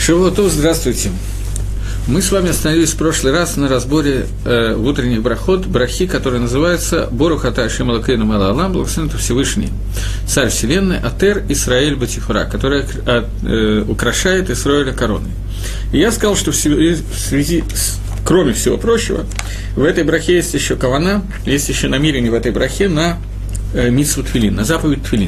Шавуатов, здравствуйте. Мы с вами остановились в прошлый раз на разборе в утренних брахот, брахи, которые называются «Борух ата Ашем Элокейну мелech хаолам», благословен Всевышний, Царь Вселенной, Атер Исраэль Батифра, который украшает Исраэля короной. И я сказал, что в связи с, кроме всего прочего, в этой брахе есть еще кавана, есть еще намерение в этой брахе на мицву тфилин, на заповедь тфилин.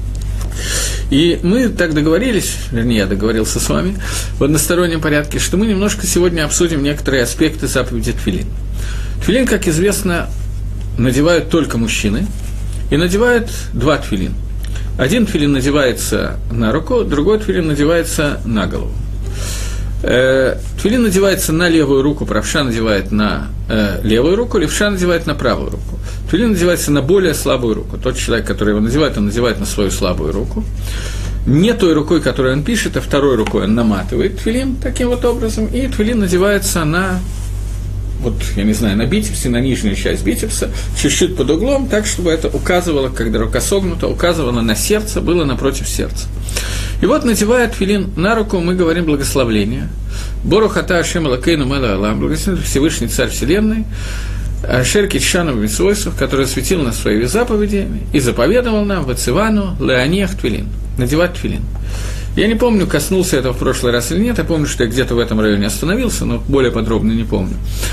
И мы так договорились, вернее, я договорился с вами, в одностороннем порядке, что мы немножко сегодня обсудим некоторые аспекты заповеди тфилин. Тфилин, как известно, надевают только мужчины, и надевают два тфилин. Один тфилин надевается на руку, другой тфилин надевается на голову. Тфилин надевается на левую руку, правша надевает на левую руку, левша надевает на правую руку. Тфилин надевается на более слабую руку. Тот человек, который его надевает, он надевает на свою слабую руку. Не той рукой, которой он пишет, а второй рукой он наматывает тфилин таким вот образом. И тфилин надевается на, вот, я не знаю, на бицепсе, на нижнюю часть бицепса, чуть-чуть под углом, так, чтобы это указывало, когда рука согнута, указывало на сердце, было напротив сердца. И вот, надевая тфилин на руку, мы говорим благословление. «Борух ата Ашем Элокейну мелech хаолам», благословен Всевышний Царь Вселенной, Ашер кидшану б'мицвосов, который осветил нас своими заповедями и заповедовал нам вацивану леонех тфилин, надевать тфилин. Я не помню, коснулся этого в прошлый раз или нет, я помню, что я где-то в этом районе остановился, но более подробно не помню.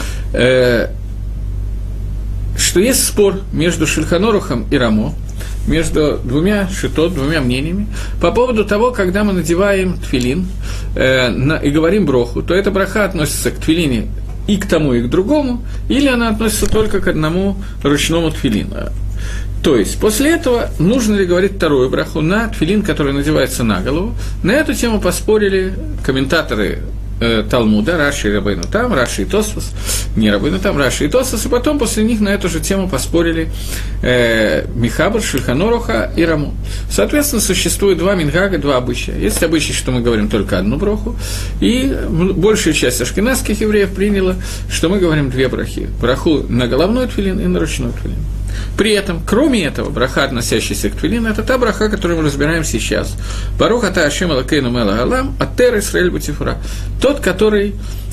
Что есть спор между Шульхан Арухом и Рамо, между двумя шитот, двумя мнениями, по поводу того, когда мы надеваем тфилин и говорим броху, то эта браха относится к тфилине и к тому, и к другому, или она относится только к одному ручному тфилину. То есть, после этого нужно ли говорить вторую браху на тфилин, который надевается на голову. На эту тему поспорили комментаторы Талмуда, Раши и Рабейну Там, Раши и Тосфос, не Рабейну Там, Раши и Тосфос, и потом после них на эту же тему поспорили Михабр, Шульхан Аруха и Рамо. Соответственно, существует два мингага, два обычая. Есть обычай, что мы говорим только одну браху, и большая часть ашкеназских евреев приняла, что мы говорим две брахи. Браху на головной тфилин и на ручной тфилин. При этом, кроме этого, браха, относящаяся к тфилину, это та браха, которую мы разбираем сейчас. «Борух ата Ашем Элокейну мелech хаолам, Атер Исраэль Батифра». Тот, который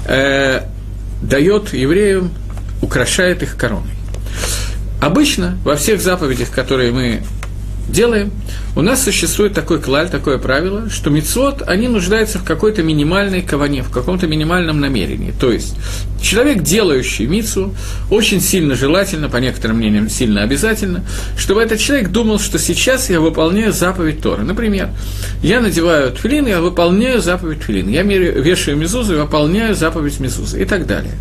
дает евреям, украшает их короной. Обычно во всех заповедях, которые мы делаем, у нас существует такой клаль, такое правило, что мицвот, они нуждаются в какой-то минимальной каване, в каком-то минимальном намерении. То есть, человек, делающий мицву, очень сильно желательно, по некоторым мнениям, сильно обязательно, чтобы этот человек думал, что сейчас я выполняю заповедь Торы. Например, я надеваю тфилин, я выполняю заповедь тфилин, я вешаю мезузу и выполняю заповедь мезузы и так далее.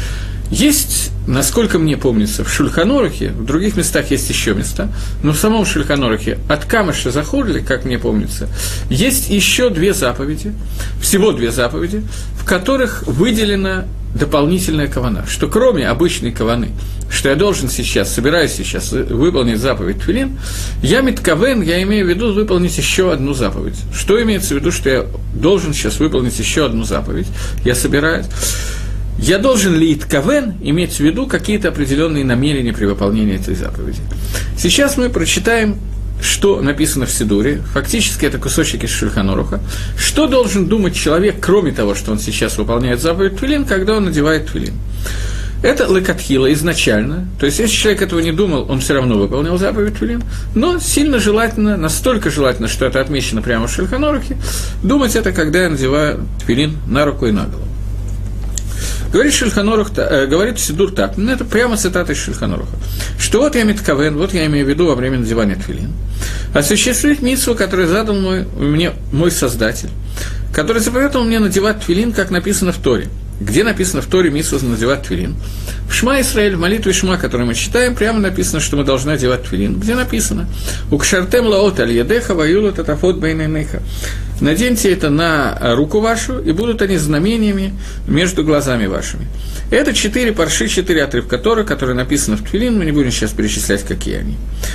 Есть, насколько мне помнится, в Шульхан Арухе, в других местах есть еще места, но в самом Шульхан Арухе от Камыша Захурли, как мне помнится, есть еще две заповеди, всего две заповеди, в которых выделена дополнительная кавана, что кроме обычной каваны, что я должен сейчас, собираюсь сейчас выполнить заповедь тфилин, я миткавен, я имею в виду выполнить еще одну заповедь. Что имеется в виду, что я должен сейчас выполнить еще одну заповедь, я собираюсь. Я должен ли иткавен иметь в виду какие-то определенные намерения при выполнении этой заповеди. Сейчас мы прочитаем, что написано в Сидуре, фактически это кусочек из Шульхан Аруха, что должен думать человек, кроме того, что он сейчас выполняет заповедь тфилин, когда он надевает тфилин. Это лекатхила изначально, то есть если человек этого не думал, он все равно выполнял заповедь тфилин, но сильно желательно, настолько желательно, что это отмечено прямо в Шульхан Арухе, думать это, когда я надеваю тфилин на руку и на голову. Говорит Шульхан Арух, говорит Сидур так, ну это прямо цитата из Шульхан Аруха, что вот я миткавен, вот я имею в виду во время надевания тфилин, осуществить мицву, которую задал мне мой Создатель, который заповедовал мне надевать тфилин, как написано в Торе. Где написано в Торе мицву надевать тфилин? В Шма Исраэль, в молитве Шма, которую мы читаем, прямо написано, что мы должны одевать тфилин. Где написано? «Укшартем лаот аль-ядеха ваюлу татафот бейнейнеха». Наденьте это на руку вашу, и будут они знамениями между глазами вашими. Это 4 парши, 4 отрывка Торы, которые написаны в тфилин, мы не будем сейчас перечислять, какие они.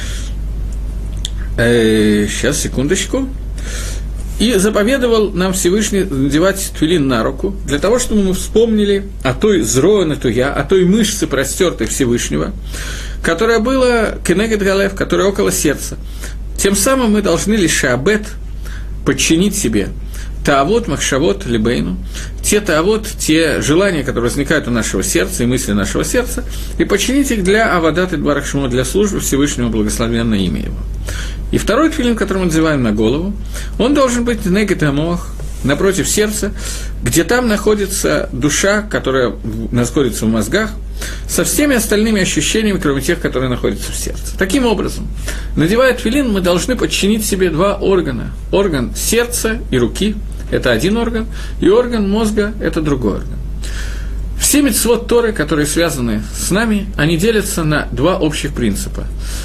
Сейчас, секундочку. И заповедовал нам Всевышний надевать тфилин на руку, для того, чтобы мы вспомнили о той зроэнетуя, о той мышце простертой Всевышнего, которая была кенегет галев, которая около сердца. Тем самым мы должны лишь шабет подчинить себе таавот, махшавот, либейну, те таавот, те желания, которые возникают у нашего сердца и мысли нашего сердца, и подчинить их для авадат и дбарах шмо, для службы Всевышнего, благословенное имя Его. И второй тфилин, который мы надеваем на голову, он должен быть негет амох, напротив сердца, где там находится душа, которая находится в мозгах, со всеми остальными ощущениями, кроме тех, которые находятся в сердце. Таким образом, надевая тфилин, мы должны подчинить себе два органа. Орган сердца и руки – это один орган, и орган мозга – это другой орган. Все мицвот Торы, которые связаны с нами, они делятся на два общих принципа.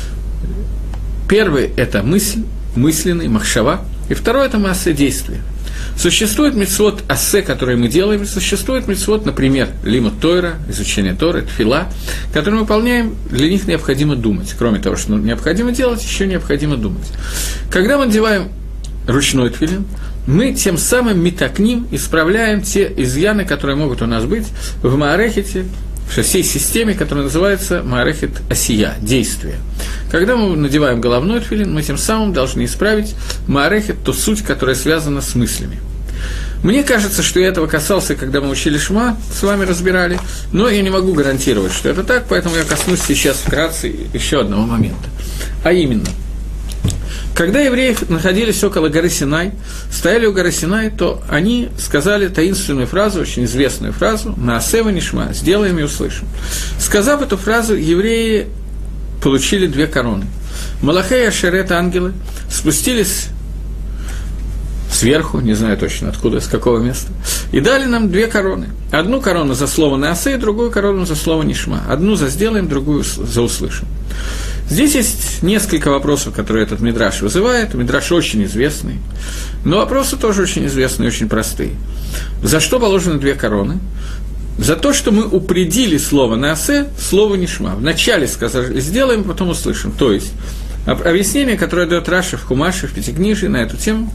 Первый – это мысль, мысленный, махшава, и второй – это масса действия. Существует мицвот ассе, которые мы делаем, существует мицвот, например, лимут Тойра, изучение Торы, тфила, которые мы выполняем, для них необходимо думать. Кроме того, что необходимо делать, еще необходимо думать. Когда мы надеваем ручной тфилин, мы тем самым митакним исправляем те изъяны, которые могут у нас быть в маарехете, в всей системе, которая называется маарехет асия, действие. Когда мы надеваем головной тфилин, мы тем самым должны исправить маарехет, ту суть, которая связана с мыслями. Мне кажется, что я этого касался, когда мы учили Шма, с вами разбирали, но я не могу гарантировать, что это так, поэтому я коснусь сейчас вкратце еще одного момента. А именно, когда евреи находились около горы Синай, стояли у горы Синай, то они сказали таинственную фразу, очень известную фразу «Наасева нишма» – «сделаем и услышим». Сказав эту фразу, евреи получили две короны. Малахей и Ашерет, ангелы, спустились сверху, не знаю точно откуда, с какого места, и дали нам две короны. Одну корону за слово «Наасе», другую корону за слово «Нишма». Одну за «сделаем», другую за «услышим». Здесь есть несколько вопросов, которые этот мидраш вызывает. Мидраш очень известный, но вопросы тоже очень известные, очень простые. За что положены две короны? За то, что мы упредили слово «наасе», слово «нишма». Вначале сказали «сделаем», потом «услышим». То есть, объяснение, которое дает Раши в Хумаше, в Пятикнижии на эту тему,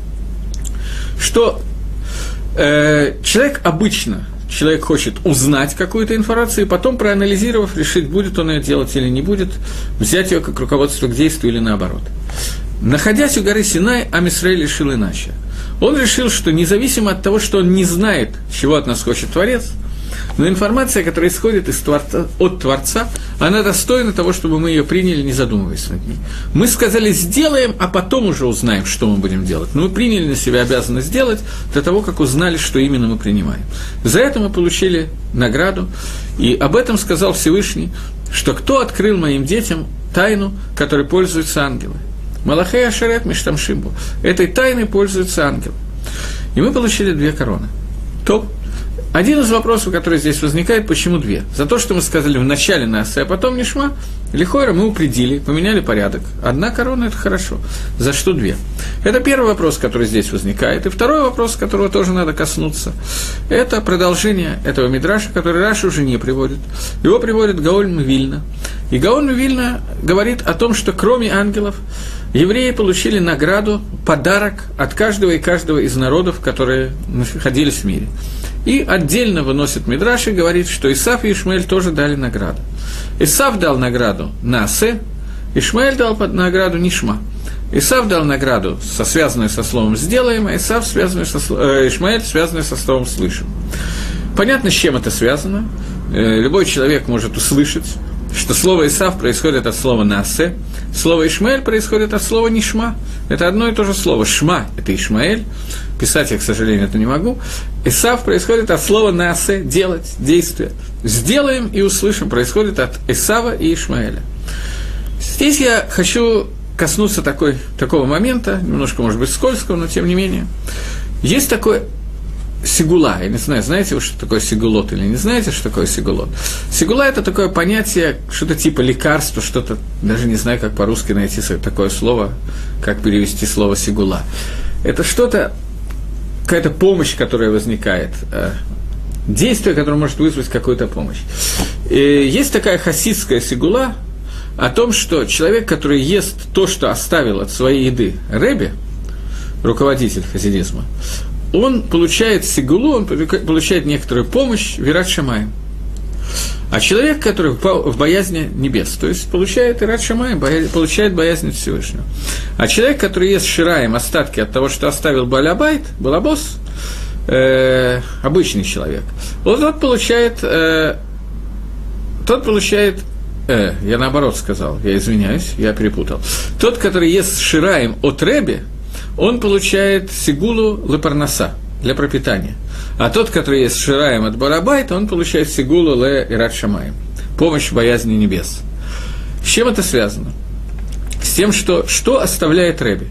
что человек хочет узнать какую-то информацию, и потом, проанализировав, решить, будет он ее делать или не будет, взять ее как руководство к действию или наоборот. Находясь у горы Синай, Ам Исраэль решил иначе. Он решил, что независимо от того, что он не знает, чего от нас хочет Творец, но информация, которая исходит от Творца, она достойна того, чтобы мы ее приняли, не задумываясь над ней. Мы сказали «сделаем», а потом уже узнаем, что мы будем делать. Но мы приняли на себя обязанность сделать до того, как узнали, что именно мы принимаем. За это мы получили награду, и об этом сказал Всевышний, что кто открыл моим детям тайну, которой пользуются ангелы. Малахей Ашерет Миштамшимбу. Этой тайной пользуются ангелы. И мы получили две короны. Топ. Один из вопросов, который здесь возникает, почему две? За то, что мы сказали вначале «Наасе», а потом «Нишма», лихойра мы упредили, поменяли порядок. Одна корона – это хорошо. За что две? Это первый вопрос, который здесь возникает. И второй вопрос, которого тоже надо коснуться, это продолжение этого мидраша, который Раши уже не приводит. Его приводит Гаон Мивильна. И Гаон Мивильна говорит о том, что кроме ангелов, евреи получили награду, подарок от каждого и каждого из народов, которые находились в мире. И отдельно выносит мидраш и говорит, что Исав и Ишмаэль тоже дали награду. Исав дал награду Наасе, Ишмаэль дал награду Нишма. Исав дал награду, связанную со словом «сделаем», а Ишмаэль, связанную со словом «слышим». Понятно, с чем это связано. Любой человек может услышать, что слово «Исав» происходит от слова «Наасе», слово «Ишмаэль» происходит от слова «Нишма». Это одно и то же слово. «Шма» – это Ишмаэль, писать я, к сожалению, это не могу. «Исав» происходит от слова «Наасе» – делать, действие. «Сделаем» и «услышим» происходит от Исава и Ишмаэля. Здесь я хочу коснуться такого момента, немножко, может быть, скользкого, но тем не менее. Есть такой сигула, я не знаю, знаете вы, что такое сигулот или не знаете, что такое сигулот? Сигула – это такое понятие, что-то типа лекарства, что-то, даже не знаю, как по-русски найти такое слово, как перевести слово сигула. Это что-то, какая-то помощь, которая возникает, действие, которое может вызвать какую-то помощь. И есть такая хасидская сигула о том, что человек, который ест то, что оставил от своей еды Ребе, руководитель хасидизма, он получает сигулу, он получает некоторую помощь Вират Шамаим. А человек, который в боязни небес, то есть получает ират шамаим, получает боязнь Всевышнего. А человек, который ест шираем остатки от того, что оставил Бааль-Абайт, балабос, обычный человек, вот тот получает, я наоборот сказал, я извиняюсь, я перепутал. Тот, который ест шираем от Ребе, он получает сигулу лепарнаса, для пропитания. А тот, который ест шираем от Барабайта, он получает сигулу ле ират шамаим, помощь в боязни небес. С чем это связано? С тем, что оставляет Ребе.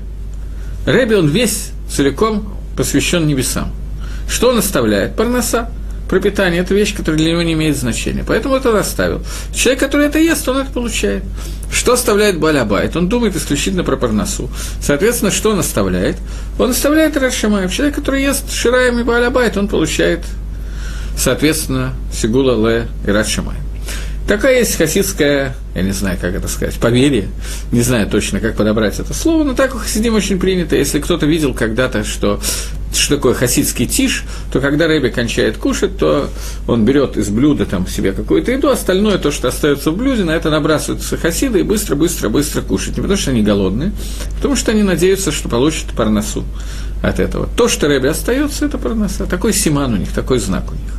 Ребе, он весь целиком посвящен небесам. Что он оставляет? Парнаса. Пропитание – это вещь, которая для него не имеет значения. Поэтому это он оставил. Человек, который это ест, он это получает. Что оставляет Бааль-Абайт? Он думает исключительно про парнасу. Соответственно, что он оставляет? Он оставляет ират шамаим. Человек, который ест шираем и Бааль-Абайт, он получает, соответственно, сигула ле ират шамаим. Такая есть хасидская, я не знаю, как это сказать, поверье, не знаю точно, как подобрать это слово, но так у хасидим очень принято. Если кто-то видел когда-то, что такое хасидский тиш, то когда Ребе кончает кушать, то он берет из блюда там себе какую-то еду, остальное, то, что остается в блюде, на это набрасываются хасиды и быстро кушать. Не потому что они голодные, а потому что они надеются, что получат парнасу от этого. То, что Ребе остается, это парнаса. Такой симан у них, такой знак у них.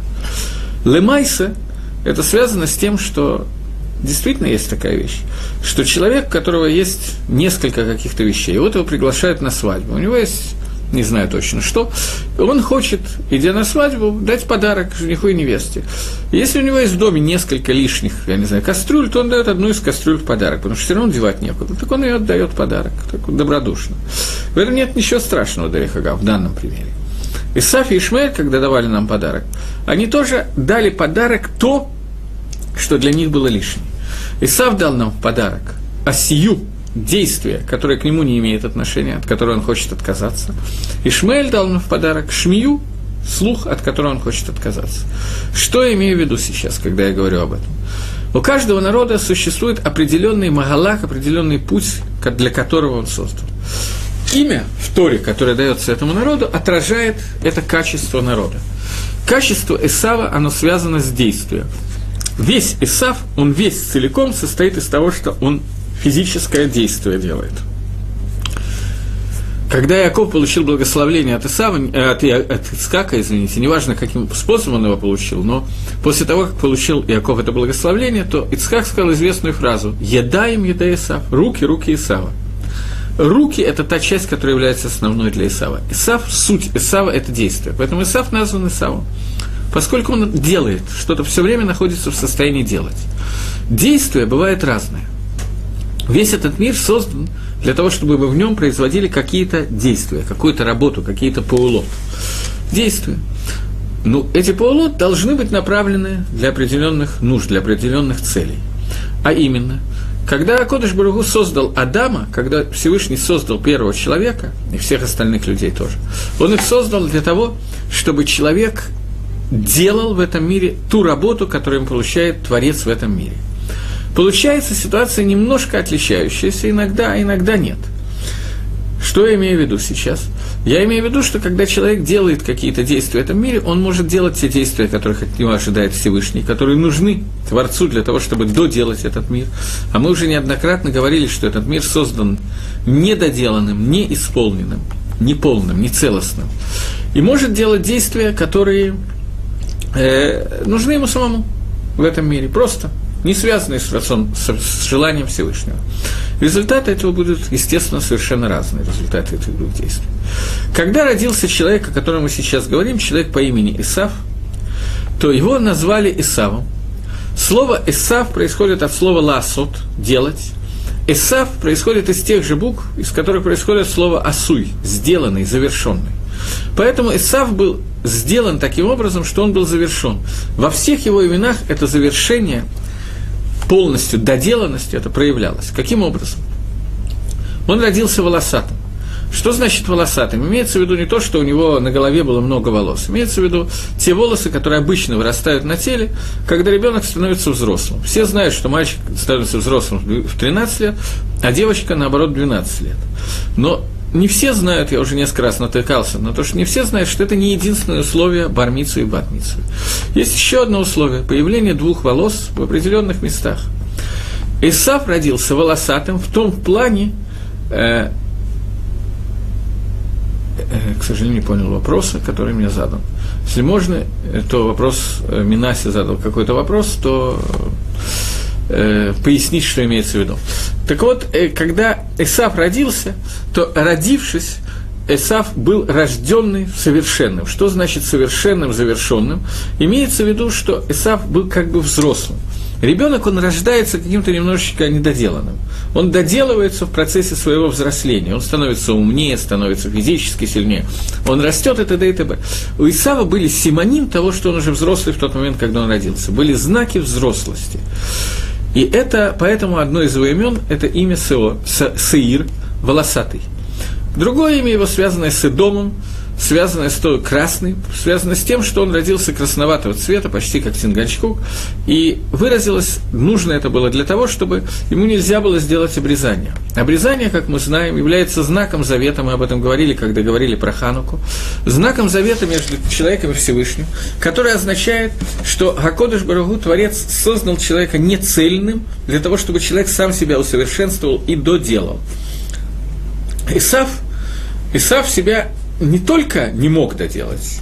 Лемайса – это связано с тем, что действительно есть такая вещь, что человек, у которого есть несколько каких-то вещей, и вот его приглашают на свадьбу, у него есть, не знаю точно что, он хочет, идя на свадьбу, дать подарок жениху и невесте. Если у него есть в доме несколько лишних, я не знаю, кастрюль, то он дает одну из кастрюль в подарок, потому что все равно девать некуда, так он ее отдает подарок, так вот, добродушно. В этом нет ничего страшного, Дарих Агав, в данном примере. Исав и Ишмаэль, когда давали нам подарок, они тоже дали подарок то, что для них было лишним. Исав дал нам в подарок осию, действие, которое к нему не имеет отношения, от которого он хочет отказаться. Ишмаэль дал нам в подарок шмию, слух, от которого он хочет отказаться. Что я имею в виду сейчас, когда я говорю об этом? У каждого народа существует определенный магалах, определенный путь, для которого он создан. Имя в Торе, которое дается этому народу, отражает это качество народа. Качество Эсава, оно связано с действием. Весь Эсав, он весь целиком состоит из того, что он физическое действие делает. Когда Иаков получил благословение от Ицхака, неважно, каким способом он его получил, но после того, как получил Иаков это благословение, то Ицхак сказал известную фразу «Едаем еда Исав», руки Исава. Руки – это та часть, которая является основной для Исава. Исав, суть Исава – это действие. Поэтому Исав назван Исавом, поскольку он делает, что-то все время находится в состоянии делать. Действия бывают разные. Весь этот мир создан для того, чтобы в нем производили какие-то действия, какую-то работу, какие-то паулот. Действия. Эти паулот должны быть направлены для определенных нужд, для определенных целей. А именно – когда Акодыш Барух Ху создал Адама, когда Всевышний создал первого человека, и всех остальных людей тоже, он их создал для того, чтобы человек делал в этом мире ту работу, которую им получает Творец в этом мире. Получается ситуация немножко отличающаяся иногда, а иногда нет. Что я имею в виду сейчас? Я имею в виду, что когда человек делает какие-то действия в этом мире, он может делать те действия, которых от него ожидает Всевышний, которые нужны Творцу для того, чтобы доделать этот мир. А мы уже неоднократно говорили, что этот мир создан недоделанным, неисполненным, неполным, нецелостным. И может делать действия, которые нужны ему самому в этом мире, просто не связанные с желанием Всевышнего. Результаты этого будут, естественно, совершенно разные, результаты этих двух действий. Когда родился человек, о котором мы сейчас говорим, человек по имени Исав, то его назвали Исавом. Слово «Исав» происходит от слова «ласот» – «делать». Исав происходит из тех же букв, из которых происходит слово «асуй» – «сделанный», «завершенный». Поэтому Исав был сделан таким образом, что он был завершен. Во всех его именах это завершение полностью, доделанностью это проявлялось. Каким образом? Он родился волосатым. Что значит волосатым? Имеется в виду не то, что у него на голове было много волос. Имеется в виду те волосы, которые обычно вырастают на теле, когда ребенок становится взрослым. Все знают, что мальчик становится взрослым в 13 лет, а девочка, наоборот, в 12 лет. Но не все знают, я уже несколько раз натыкался на то, что не все знают, что это не единственное условие бар-мицвы и бат-мицвы. Есть еще одно условие – появление двух волос в определенных местах. Исав родился волосатым в том плане, к сожалению, не понял вопроса, который мне задан. Если можно, то вопрос, Минаси задал какой-то вопрос, то пояснить, что имеется в виду. Так вот, когда Исав родился, то, родившись, Исав был рожденный совершенным. Что значит совершенным, завершенным? Имеется в виду, что Исав был как бы взрослым. Ребенок, он рождается каким-то немножечко недоделанным. Он доделывается в процессе своего взросления. Он становится умнее, становится физически сильнее. Он растет и т.д. и т.п. У Исава были симоним того, что он уже взрослый в тот момент, когда он родился. Были знаки взрослости. И это, поэтому одно из его имен – это имя Сеир, волосатый. Другое имя его, связанное с Эдомом, связанное с той красной, связано с тем, что он родился красноватого цвета, почти как Тинганчкук, и выразилось, нужно это было для того, чтобы ему нельзя было сделать обрезание. Обрезание, как мы знаем, является знаком завета, мы об этом говорили, когда говорили про Хануку, знаком завета между человеком и Всевышним, который означает, что Гакодеш Барух Гу, Творец, создал человека нецельным, для того, чтобы человек сам себя усовершенствовал и доделал. Исав себя не только не мог доделать,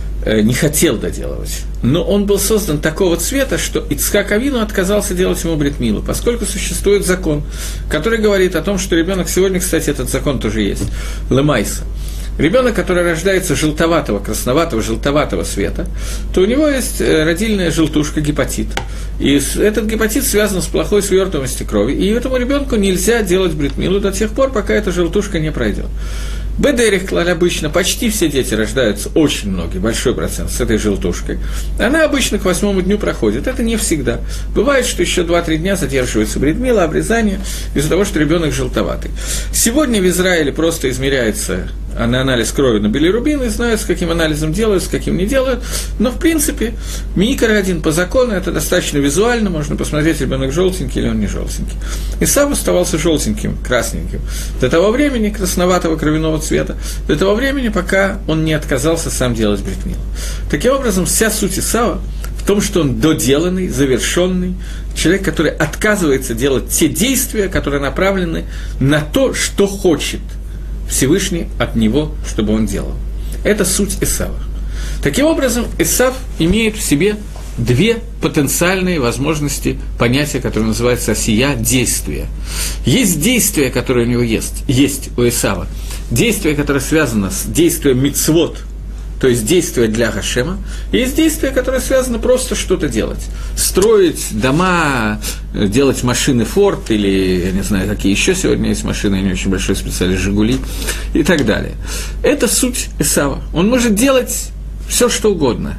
не хотел доделывать, но он был создан такого цвета, что Ицхак Авину отказался делать ему брит милу, поскольку существует закон, который говорит о том, что ребенок, сегодня, кстати, этот закон тоже есть, лемайса. Ребенок, который рождается желтоватого, красноватого, желтоватого цвета, то у него есть родильная желтушка, гепатит. И этот гепатит связан с плохой свертываемостью крови, и этому ребенку нельзя делать брит милу до тех пор, пока эта желтушка не пройдет. Бедерих клаль обычно, почти все дети рождаются, очень многие, большой процент, с этой желтушкой. Она обычно к 8-му дню проходит, это не всегда. Бывает, что еще 2-3 дня задерживается брит мила, обрезание, из-за того, что ребенок желтоватый. Сегодня в Израиле просто измеряется на анализ крови на билирубин, и знают, с каким анализом делают, с каким не делают, но, в принципе, микро один по закону, это достаточно визуально, можно посмотреть, ребенок желтенький или он не желтенький. Исав оставался желтеньким, красненьким, до того времени, красноватого кровяного цвета, до того времени, пока он не отказался сам делать брит милу. Таким образом, вся суть Исава в том, что он доделанный, завершенный, человек, который отказывается делать те действия, которые направлены на то, что хочет Всевышний от него, чтобы он делал. Это суть Исава. Таким образом, Исав имеет в себе две потенциальные возможности понятия, которые называются осия, действия. Есть действие, которое у него есть у Исава. Действие, которое связано с действием мицвот, то есть действие для Гашема, и есть действие, которое связано просто что-то делать. Строить дома, делать машины Форд, или, я не знаю, какие еще сегодня есть машины, не очень большой специалист, Жигули, и так далее. Это суть Исава. Он может делать все, что угодно.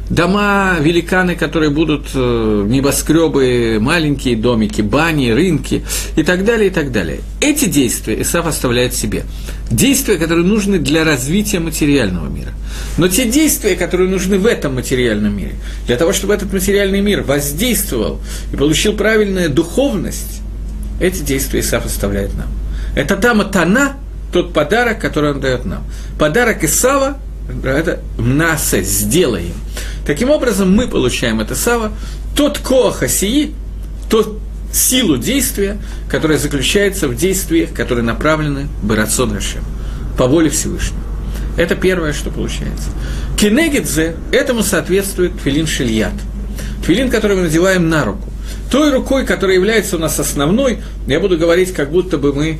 Дома, великаны, которые будут небоскребы, маленькие домики, бани, рынки и так далее, и так далее. Эти действия Исав оставляет себе. Действия, которые нужны для развития материального мира. Но те действия, которые нужны в этом материальном мире, для того, чтобы этот материальный мир воздействовал и получил правильную духовность, эти действия Исав оставляет нам. Это та матана, тот подарок, который он дает нам. Подарок Исава – это «мнаасе», «сделаем». Таким образом, мы получаем от Исава тот коах асии, тот силу действия, которая заключается в действиях, которые направлены бэрацон Гашем, по воле Всевышнего. Это первое, что получается. Кенегидзе, этому соответствует тфилин шельят. Тфилин, который мы надеваем на руку. Той рукой, которая является у нас основной, я буду говорить, как будто бы мы...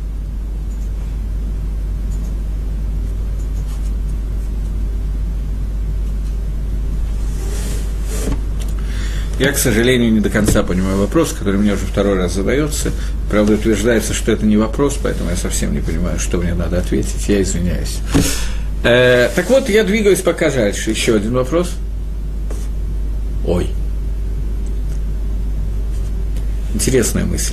Я, к сожалению, не до конца понимаю вопрос, который мне уже второй раз задается. Правда, утверждается, что это не вопрос, поэтому я совсем не понимаю, что мне надо ответить. Я извиняюсь. Так вот, я двигаюсь пока дальше. Еще один вопрос. Ой. Интересная мысль.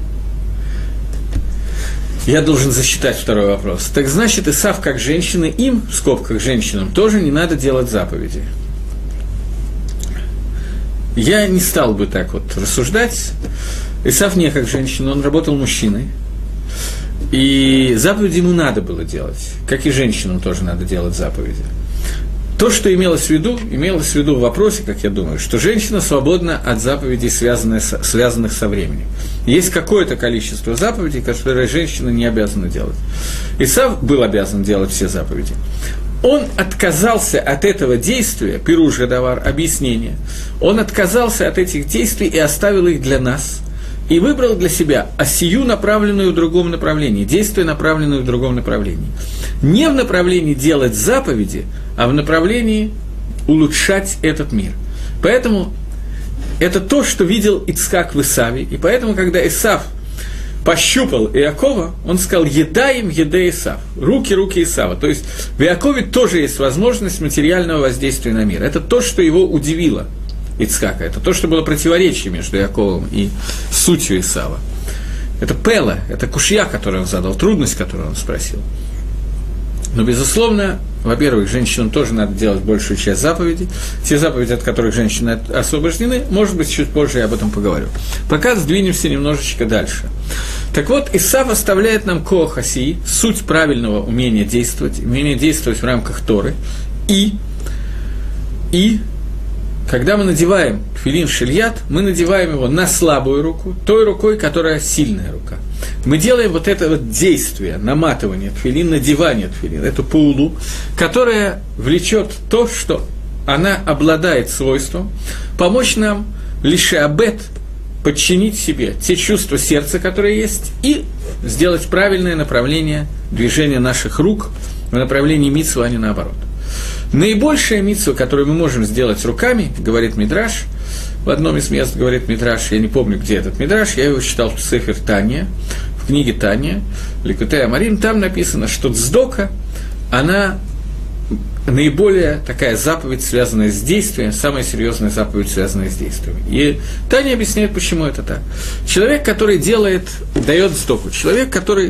Я должен засчитать второй вопрос. Так значит, Исав как женщины, им, в скобках женщинам, тоже не надо делать заповеди. Я не стал бы так вот рассуждать. Исав не как женщина, он работал мужчиной. И заповеди ему надо было делать, как и женщинам тоже надо делать заповеди. То, что имелось в виду в вопросе, как я думаю, что женщина свободна от заповедей, связанных со временем. Есть какое-то количество заповедей, которые женщина не обязана делать. Исав был обязан делать все заповеди. Он отказался от этого действия, пируш гадавар, объяснение, он отказался от этих действий и оставил их для нас, и выбрал для себя осию, направленную в другом направлении, действие, направленное в другом направлении. Не в направлении делать заповеди, а в направлении улучшать этот мир. Поэтому это то, что видел Ицхак в Исаве, и поэтому, когда Исав пощупал Иакова, он сказал «Едаем, еде Исав», руки Исава. То есть в Иакове тоже есть возможность материального воздействия на мир. Это то, что его удивило Ицхака. Это то, что было противоречие между Иаковом и сутью Исава. Это пела, это кушья, которую он задал, трудность, которую он спросил. Но, безусловно, во-первых, женщинам тоже надо делать большую часть заповедей. Те заповеди, от которых женщины освобождены, может быть, чуть позже я об этом поговорю. Пока сдвинемся немножечко дальше. Так вот, Исав оставляет нам коах асии, суть правильного умения действовать в рамках Торы. И когда мы надеваем тфилин шельят, мы надеваем его на слабую руку, той рукой, которая сильная рука. Мы делаем вот это вот действие, наматывание тфилин, надевание тфилин, эту паулу, которая влечет то, что она обладает свойством помочь нам лишеабет подчинить себе те чувства сердца, которые есть, и сделать правильное направление движения наших рук в направлении мицвы, а не наоборот. Наибольшая мицва, которую мы можем сделать руками, говорит Мидраш, в одном из мест говорит Мидраш, я не помню, где этот Мидраш, я его читал в Сефер Тания, в книге Тания, Ликутей Амарим, там написано, что цдока, она наиболее такая заповедь, связанная с действием, самая серьезная заповедь, связанная с действием. И Таня объясняет, почему это так. Человек, который дает цдоку, человек, который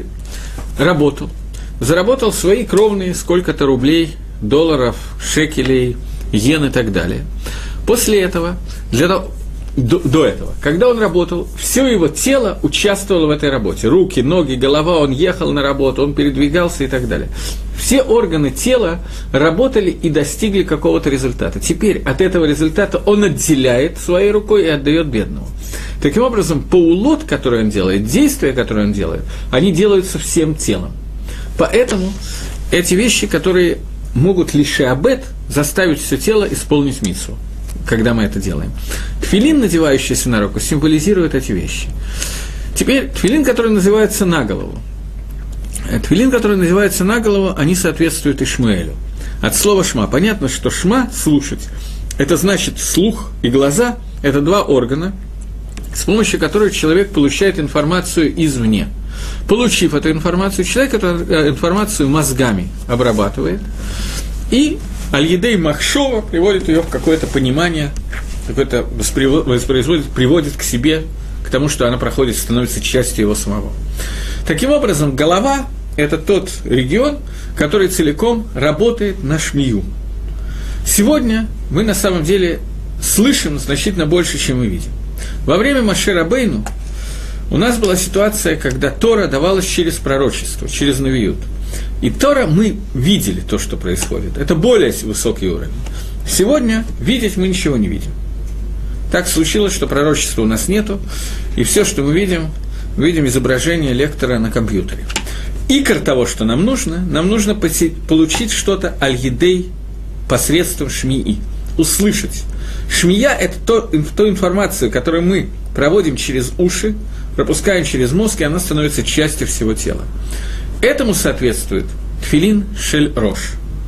заработал свои кровные сколько-то рублей, долларов, шекелей, йен и так далее. После этого, до этого, когда он работал, все его тело участвовало в этой работе. Руки, ноги, голова, он ехал на работу, он передвигался и так далее. Все органы тела работали и достигли какого-то результата. Теперь от этого результата он отделяет своей рукой и отдает бедному. Таким образом, паулот, который он делает, действия, которые он делает, они делаются всем телом. Поэтому эти вещи, которые могут лишь абет заставить все тело исполнить мицву, когда мы это делаем. Тфилин, надевающийся на руку, символизирует эти вещи. Теперь тфилин, который называется на голову. Тфилин, который называется на голову, они соответствуют Ишмаэлю. От слова шма. Понятно, что шма, слушать, это значит слух и глаза, это два органа, с помощью которых человек получает информацию извне. Получив эту информацию, человек эту информацию мозгами обрабатывает, и аль-едей махшова приводит ее в какое-то понимание, какое-то приводит к себе, к тому, что она проходит, становится частью его самого. Таким образом, голова – это тот регион, который целиком работает на шмию. Сегодня мы на самом деле слышим значительно больше, чем мы видим. Во время Моше Рабейну у нас была ситуация, когда Тора давалась через пророчество, через навиют. И Тора мы видели то, что происходит. Это более высокий уровень. Сегодня видеть мы ничего не видим. Так случилось, что пророчества у нас нету, и все, что мы видим изображение лектора на компьютере. Икор того, что нам нужно получить что-то аль-едей посредством шмии, услышать. Шмия – это ту информацию, которую мы проводим через уши, пропускаем через мозг, и она становится частью всего тела. Этому соответствует тфилин шель рош,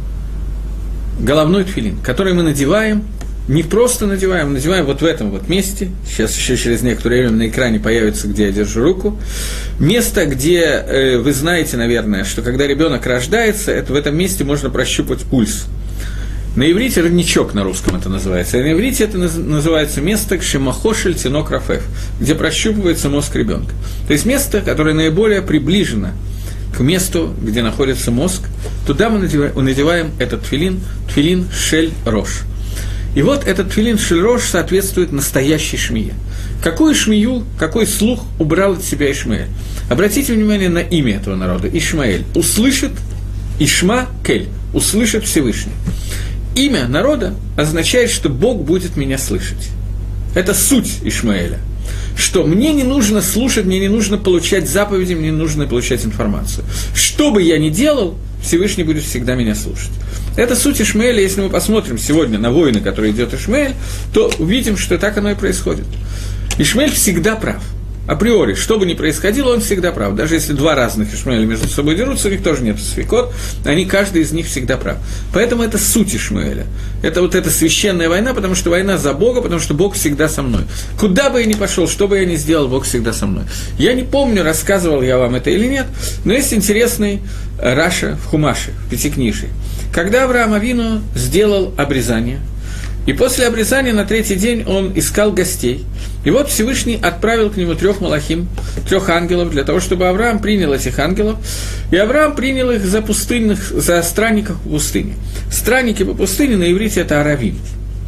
головной тфилин, который мы надеваем, не просто надеваем вот в этом вот месте, сейчас еще через некоторое время на экране появится, где я держу руку, место, где вы знаете, наверное, что когда ребенок рождается, в этом месте можно прощупать пульс. На иврите родничок на русском это называется, а на иврите это называется место «кшемахошель тинок рафеф», где прощупывается мозг ребенка. То есть место, которое наиболее приближено к месту, где находится мозг, туда мы надеваем этот тфилин шель рош. И вот этот тфилин шель-рош соответствует настоящей шмие. Какую шмию, какой слух убрал от себя Ишмаэль? Обратите внимание на имя этого народа. Ишмаэль. Услышит Ишма Кель. Услышит Всевышний. Имя народа означает, что Бог будет меня слышать. Это суть Ишмаэля. Что мне не нужно слушать, мне не нужно получать заповеди, мне не нужно получать информацию. Что бы я ни делал, Всевышний будет всегда меня слушать. Это суть Ишмаэля. Если мы посмотрим сегодня на войны, которые идет Ишмаэль, то увидим, что так оно и происходит. Ишмаэль всегда прав. Априори, что бы ни происходило, он всегда прав. Даже если два разных Ишмаэля между собой дерутся, у них тоже нет свекот, каждый из них всегда прав. Поэтому это суть Ишмаэля. Это вот эта священная война, потому что война за Бога, потому что Бог всегда со мной. Куда бы я ни пошел, что бы я ни сделал, Бог всегда со мной. Я не помню, рассказывал я вам это или нет, но есть интересный Раша в Хумаше, в Пятикнижии. Когда Авраам Авину сделал обрезание, и после обрезания на третий день он искал гостей. И вот Всевышний отправил к нему 3 малахим, 3 ангелов, для того, чтобы Авраам принял этих ангелов. И Авраам принял их за странников по пустыне. Странники по пустыне на иврите – это аравим.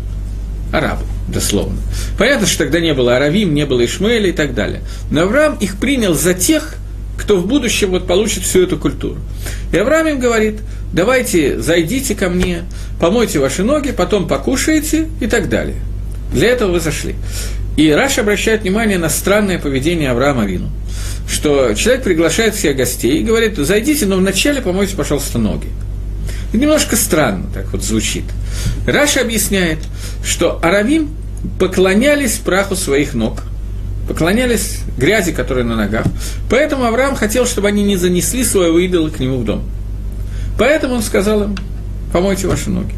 Арабы, дословно. Понятно, что тогда не было аравим, не было Ишмаэля и так далее. Но Авраам их принял за тех, кто в будущем вот получит всю эту культуру. И Авраам им говорит: давайте, зайдите ко мне, помойте ваши ноги, потом покушаете и так далее. Для этого вы зашли. И Раши обращает внимание на странное поведение Авраама Авину, что человек приглашает всех гостей и говорит: зайдите, но вначале помойте, пожалуйста, ноги. И немножко странно так вот звучит. Раши объясняет, что аравим поклонялись праху своих ног, поклонялись грязи, которая на ногах. Поэтому Авраам хотел, чтобы они не занесли своего идола к нему в дом. Поэтому он сказал им: помойте ваши ноги.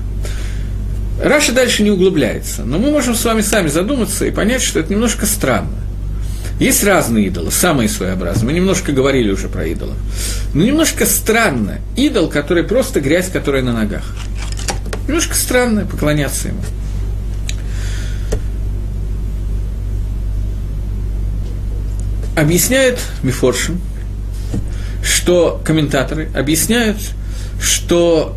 Раши дальше не углубляется, но мы можем с вами сами задуматься и понять, что это немножко странно. Есть разные идолы, самые своеобразные. Мы немножко говорили уже про идолов. Но немножко странно идол, который просто грязь, которая на ногах. Немножко странно поклоняться ему. Объясняет Мифоршим, что комментаторы объясняют, что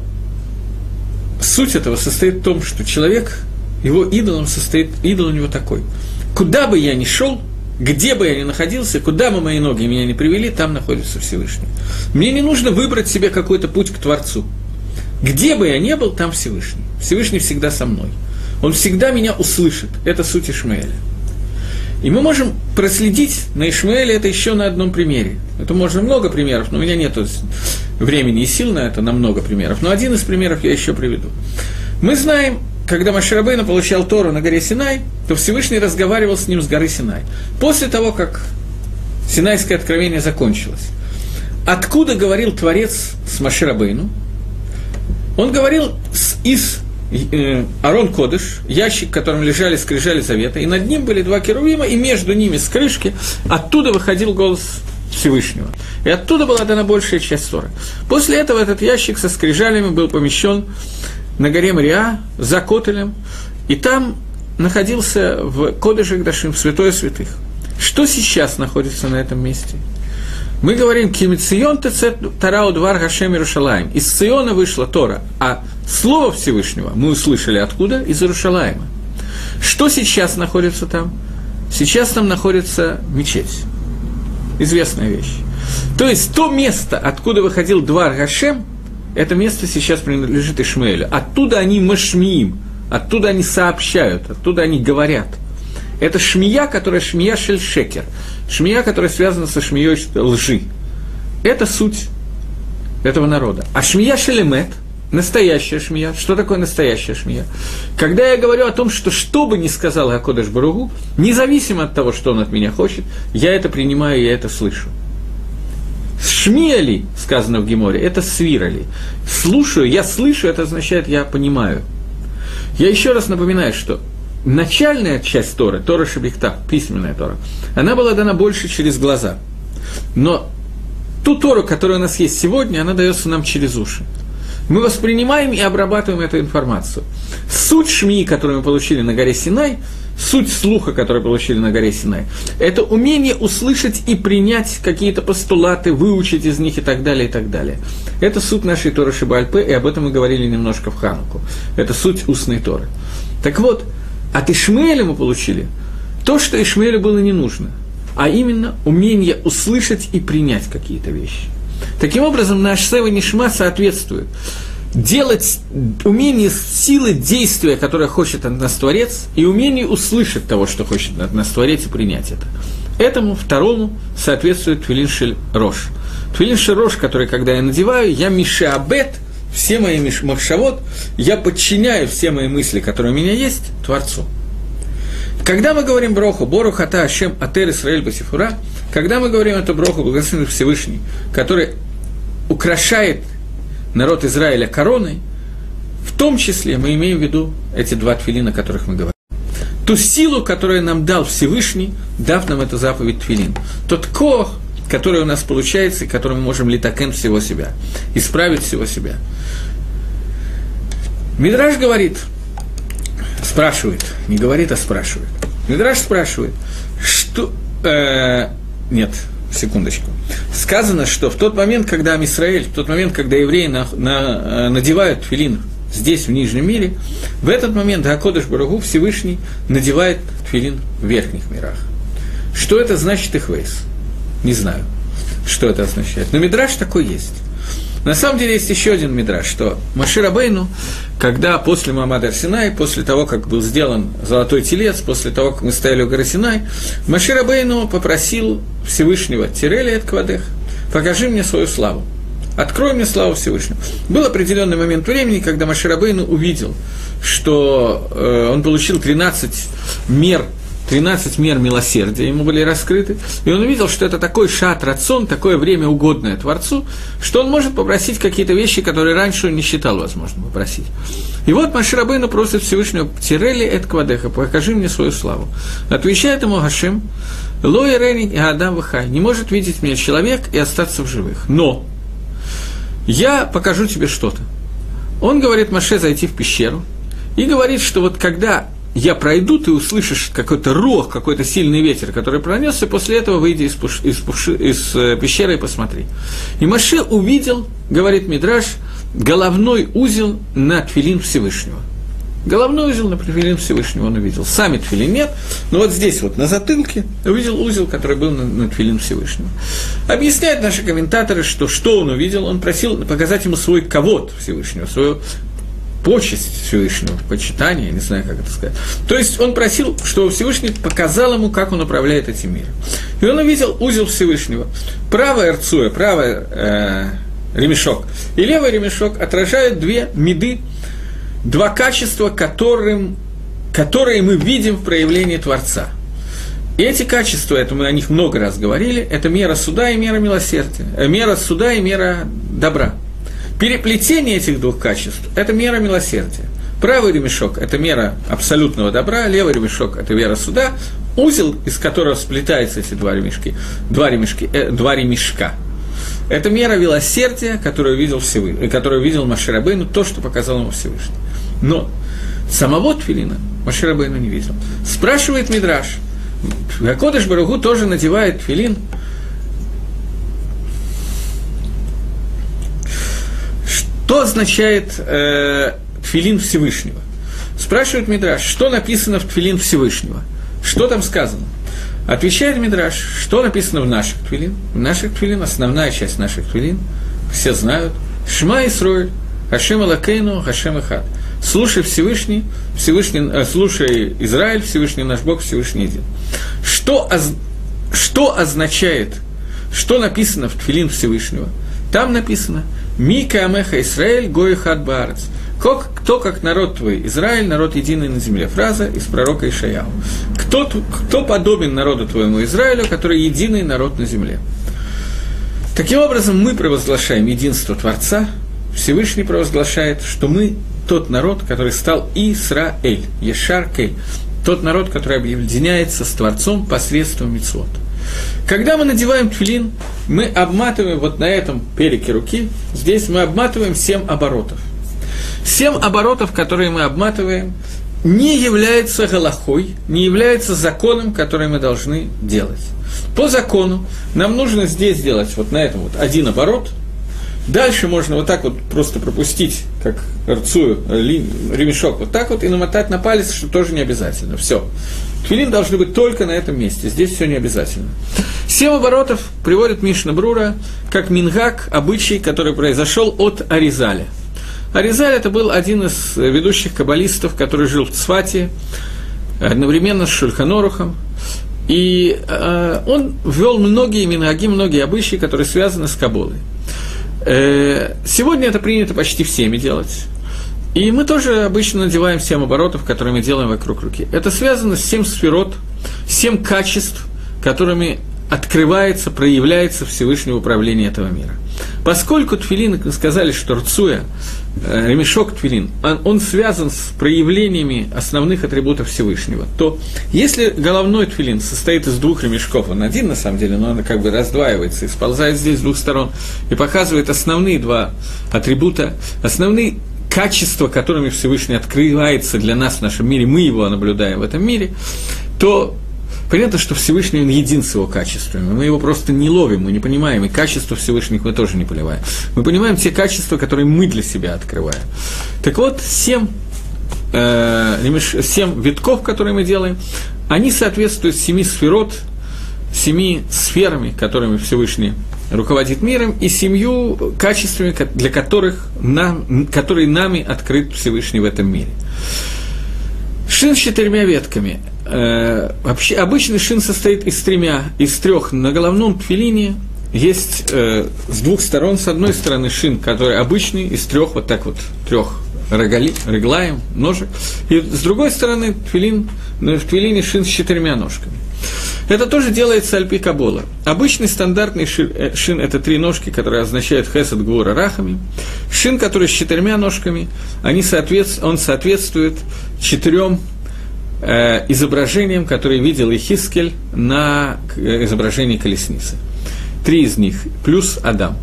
суть этого состоит в том, что человек, его идолом состоит, идол у него такой: куда бы я ни шел, где бы я ни находился, куда бы мои ноги меня не привели, там находится Всевышний. Мне не нужно выбрать себе какой-то путь к Творцу. Где бы я ни был, там Всевышний. Всевышний всегда со мной. Он всегда меня услышит. Это суть Ишмаэля. И мы можем проследить на Ишмаэля это еще на одном примере. Это можно много примеров, но у меня нет времени и сил на это, на много примеров. Но один из примеров я еще приведу. Мы знаем, когда Моше Рабейну получал Тору на горе Синай, то Всевышний разговаривал с ним с горы Синай. После того, как Синайское откровение закончилось, откуда говорил Творец с Моше Рабейну? Он говорил из Арон Кодыш, ящик, в котором лежали скрижали завета, и над ним были 2 керувима, и между ними с крышки оттуда выходил голос Всевышнего. И оттуда была дана большая часть Торы. После этого этот ящик со скрижалями был помещен на горе Мориа за Котелем, и там находился в Кодыше Кдашим, в Святое Святых. Что сейчас находится на этом месте? Мы говорим: «Кимицион тецет тарау двар Гашем Иерушалаим». Из Циона вышла Тора, а Слово Всевышнего мы услышали откуда? Из Иерушалаима. Что сейчас находится там? Сейчас там находится мечеть. Известная вещь. То есть то место, откуда выходил двар Гашем, это место сейчас принадлежит Ишмаэлю. Оттуда они машмиим, оттуда они сообщают, оттуда они говорят. Это шмия, которая шмия шель-шекер, шмия, которая связана со шмией лжи. Это суть этого народа. А шмия шелемет, настоящая шмия. Что такое настоящая шмия? Когда я говорю о том, что бы ни сказал Акодеш Баругу, независимо от того, что он от меня хочет, я это принимаю, я это слышу. Шмия ли, сказано в Геморе, это свира ли. Слушаю, я слышу, это означает, я понимаю. Я еще раз напоминаю, что начальная часть Торы, Тора Шебихтав, письменная Тора, она была дана больше через глаза. Но ту Тору, которая у нас есть сегодня, она дается нам через уши. Мы воспринимаем и обрабатываем эту информацию. Суть шмии, которую мы получили на горе Синай, суть слуха, который получили на горе Синай, это умение услышать и принять какие-то постулаты, выучить из них и так далее, и так далее. Это суть нашей Торы Шебааль Пе, и об этом мы говорили немножко в Хануку. Это суть устной Торы. Так вот, от Ишмаэля мы получили то, что Ишмаэлю было не нужно, а именно умение услышать и принять какие-то вещи. Таким образом, наш Сева Нишма соответствует делать умение силы действия, которое хочет от нас Творец, и умение услышать того, что хочет от нас Творец, и принять это. Этому второму соответствует Тфилин Шель Рош. Тфилин Шель Рош, который, когда я надеваю, я мишаабет, все мои махшавот, я подчиняю все мои мысли, которые у меня есть, Творцу. Когда мы говорим броху, Борух ата Ашем атер Исраэль басифура, когда мы говорим эту броху, благословенный Всевышний, который украшает народ Израиля короной, в том числе мы имеем в виду эти два тфилина, о которых мы говорим. Ту силу, которую нам дал Всевышний, дав нам эту заповедь тфилин. Тот кох, который у нас получается, и который мы можем литакен всего себя, исправить всего себя. Мидраш говорит, спрашивает, не говорит, а спрашивает. Мидраш спрашивает, что... нет, секундочку. Сказано, что в тот момент, когда Исраэль, в тот момент, когда евреи надевают тфилин здесь, в Нижнем мире, в этот момент Акодеш Барух Ху, Всевышний, надевает тфилин в верхних мирах. Что это значит ихвейс? Не знаю, что это означает. Но мидраш такой есть. На самом деле есть еще один мидраш, что Моше Рабейну, когда после Маамад ар-Синай, после того, как был сделан золотой телец, после того, как мы стояли у горы Синай, Моше Рабейну попросил Всевышнего: «Тирели эт квадех, покажи мне свою славу, открой мне славу Всевышнего». Был определенный момент времени, когда Моше Рабейну увидел, что он получил 13 мер милосердия ему были раскрыты, и он увидел, что это такой шат рацион, такое время угодное Творцу, что он может попросить какие-то вещи, которые раньше он не считал возможным попросить. И вот Моше Рабейну просит Всевышнего: «Тирели эт квадеха, покажи мне свою славу». Отвечает ему Гашем: «Ло ирени и адам вахай, не может видеть меня человек и остаться в живых, но я покажу тебе что-то». Он говорит Моше зайти в пещеру и говорит, что вот когда я пройду, ты услышишь какой-то рох, какой-то сильный ветер, который пронесся, после этого выйди из пещеры и посмотри. И Моше увидел, говорит Мидраш, головной узел на тфилин Всевышнего. Головной узел на тфилин Всевышнего он увидел. Сами тфилин нет, но вот здесь вот на затылке увидел узел, который был на тфилин Всевышнего. Объясняют наши комментаторы, что он увидел, он просил показать ему свой кавод Всевышнего, свою почесть Всевышнего, почитание, не знаю, как это сказать. То есть он просил, чтобы Всевышний показал ему, как он управляет этим миром. И он увидел узел Всевышнего. Правая рцуя, правая ремешок и левый ремешок отражают две меды, два качества, которые мы видим в проявлении Творца. И эти качества, это мы о них много раз говорили, это мера суда и мера милосердия, мера суда и мера добра. Переплетение этих двух качеств – это мера милосердия. Правый ремешок – это мера абсолютного добра, левый ремешок – это мера суда, узел, из которого сплетаются эти два ремешка. Это мера милосердия, которую видел Моше Рабейну, то, что показал ему Всевышний. Но самого тфилина Моше Рабейну не видел. Спрашивает Мидраш, Акодеш Барух Ху тоже надевает тфилин. Что означает тфилин Всевышнего? Спрашивает Мидраш, что написано в тфилин Всевышнего? Что там сказано? Отвечает Мидраш, что написано в наших тфилин. В наших тфилин, основная часть наших тфилин, все знают. Шма Исроэль, Хашем Элокейну, Хашем Эхад. Слушай Всевышний, слушай Израиль, Всевышний наш Бог, Всевышний един. Что означает, что написано в тфилин Всевышнего? Там написано: «Мика амеха Исраэль, гой хад баарец». Кто, как народ твой, Израиль, народ единый на земле. Фраза из пророка Ишаяу. Кто подобен народу твоему Израилю, который единый народ на земле? Таким образом, мы провозглашаем единство Творца, Всевышний провозглашает, что мы тот народ, который стал Исраэль, Ешар Кель, тот народ, который объединяется с Творцом посредством мицвот. Когда мы надеваем тфилин, мы обматываем вот на этом переке руки, здесь мы обматываем 7 оборотов. 7 оборотов, которые мы обматываем, не являются галахой, не являются законом, который мы должны делать. По закону нам нужно здесь сделать вот на этом вот один оборот, Дальше можно вот так вот просто пропустить, как рцую, ремешок, вот так вот, и намотать на палец, что тоже не обязательно. Все. Тфилин должны быть только на этом месте, здесь все не обязательно. 7 оборотов приводит Мишна Брура как мингак, обычай, который произошел от Аризаля. Аризаль – это был один из ведущих каббалистов, который жил в Цфате, одновременно с Шульхан Орухом, и он ввел многие мингаги, многие обычаи, которые связаны с Каббалой. Сегодня это принято почти всеми делать. И мы тоже обычно надеваем 7 оборотов, которые мы делаем вокруг руки. Это связано с 7 сферот, 7 качеств, которыми открывается, проявляется Всевышнее управление этого мира. Поскольку тфилин, мы сказали, что рцуя, ремешок тфилин, он связан с проявлениями основных атрибутов Всевышнего, то если головной тфилин состоит из 2 ремешков, он один на самом деле, но он как бы раздваивается и сползает здесь с 2 сторон, и показывает основные 2 атрибута, основные качества, которыми Всевышний открывается для нас в нашем мире, мы его наблюдаем в этом мире, то понятно, что Всевышний он един с его качествами, мы его просто не ловим, мы не понимаем, и качества Всевышних мы тоже не понимаем. Мы понимаем те качества, которые мы для себя открываем. Так вот, 7 витков, которые мы делаем, они соответствуют 7 сферот, 7 сферами, которыми Всевышний руководит миром, и 7 качествами, для которые нами открыт Всевышний в этом мире. Шин с 4 ветками. Вообще, обычный шин состоит из 3. На головном тфилине есть с 2 сторон. С одной стороны шин, который обычный, из 3, вот так вот, 3 реглаем, ножек. И с другой стороны в тфилине шин с 4 ножками. Это тоже делается альпи Каббала. Обычный стандартный шин – это 3 ножки, которые означают хесед, гвура, рахами. Шин, который с 4 ножками, он соответствует 4 изображениям, которые видел Ихискель на изображении колесницы. 3 из них, плюс Адам.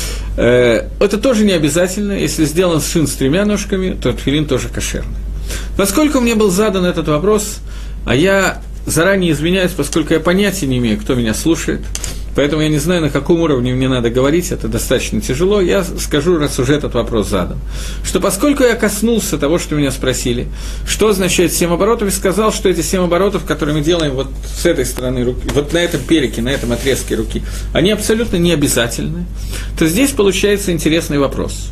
Это тоже не обязательно. Если сделан шин с 3 ножками, то тфилин тоже кошерный. Поскольку мне был задан этот вопрос, а я заранее извиняюсь, поскольку я понятия не имею, кто меня слушает, поэтому я не знаю, на каком уровне мне надо говорить, это достаточно тяжело, я скажу, раз уже этот вопрос задан, что поскольку я коснулся того, что меня спросили, что означает 7 оборотов, и сказал, что эти 7 оборотов, которые мы делаем вот с этой стороны руки, вот на этом переке, на этом отрезке руки, они абсолютно не обязательны, то здесь получается интересный вопрос.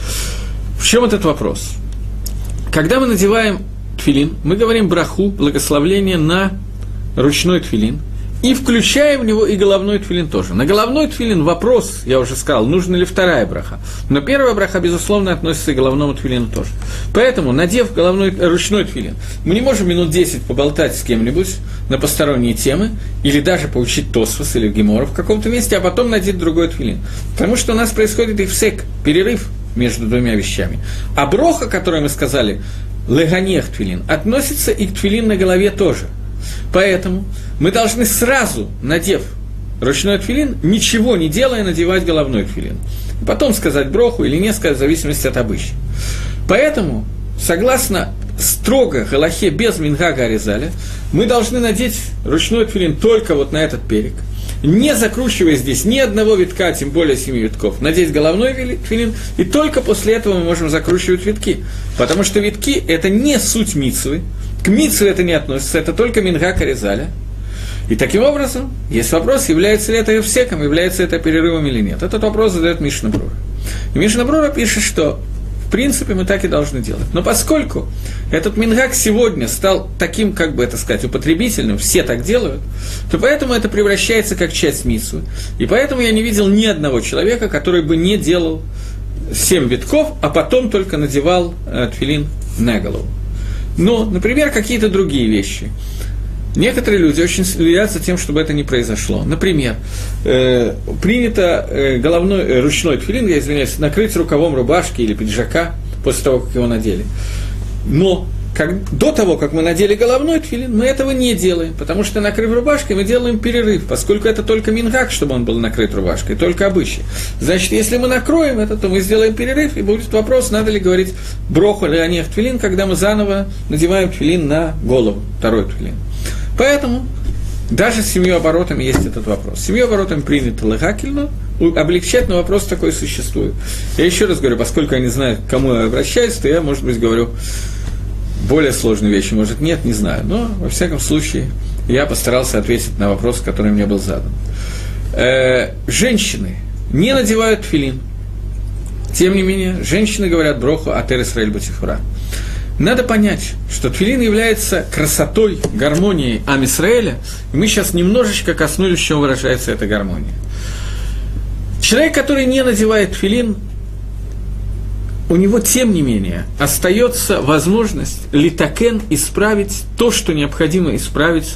В чем этот вопрос? Когда мы надеваем тфилин, мы говорим браху, благословление на ручной тфилин, и включаем в него и головной тфилин тоже. На головной тфилин вопрос, я уже сказал, нужна ли 2 браха. Но 1 браха, безусловно, относится и к головному тфилину тоже. Поэтому, надев ручной тфилин, мы не можем минут 10 поболтать с кем-нибудь на посторонние темы, или даже поучить Тосфос или Гемора в каком-то месте, а потом надеть другой тфилин. Потому что у нас происходит ифсек, перерыв между 2 вещами. А броха, которую мы сказали, леганех тфилин, относится и к тфилин на голове тоже. Поэтому мы должны сразу, надев ручной тфилин, ничего не делая, надевать головной тфилин. И потом сказать броху или не сказать, в зависимости от обычая. Поэтому, согласно строго галахе без мингага Аризаля, мы должны надеть ручной тфилин только вот на этот перек, не закручивая здесь ни одного витка, тем более 7 витков, надеть головной тфилин, и только после этого мы можем закручивать витки. Потому что витки – это не суть мицвы, к мицве это не относится, это только мингаг Аризаля. И таким образом, есть вопрос, является ли это евсеком, является это перерывом или нет. Этот вопрос задает Мишна Брура. И Мишна Брура пишет, что в принципе мы так и должны делать. Но поскольку этот мингаг сегодня стал таким, как бы это сказать, употребительным, все так делают, то поэтому это превращается как часть мицвы. И поэтому я не видел ни одного человека, который бы не делал 7 витков, а потом только надевал тфилин на голову. Но, например, какие-то другие вещи. Некоторые люди очень следят за тем, чтобы это не произошло. Например, принято ручной тфилин, я извиняюсь, накрыть рукавом рубашки или пиджака после того, как его надели. Но до того, как мы надели головной тфилин, мы этого не делаем, потому что, накрыв рубашкой, мы делаем перерыв, поскольку это только мингаг, чтобы он был накрыт рубашкой, только обычай. Значит, если мы накроем это, то мы сделаем перерыв, и будет вопрос, надо ли говорить броху или анех тфилин, когда мы заново надеваем тфилин на голову, 2 тфилин. Поэтому даже с 7 оборотами есть этот вопрос. С 7 оборотами принято легакельно, облегчать, но вопрос такой существует. Я еще раз говорю, поскольку я не знаю, к кому я обращаюсь, то я, может быть, говорю более сложные вещи, может, нет, не знаю. Но, во всяком случае, я постарался ответить на вопрос, который мне был задан. Женщины не надевают тфилин. Тем не менее, женщины говорят броху атер Исраэль бетихура. Надо понять, что тфилин является красотой, гармонией Ам Исраэля, и мы сейчас немножечко коснулись, в чем выражается эта гармония. Человек, который не надевает тфилин, у него, тем не менее, остается возможность литакен исправить то, что необходимо исправить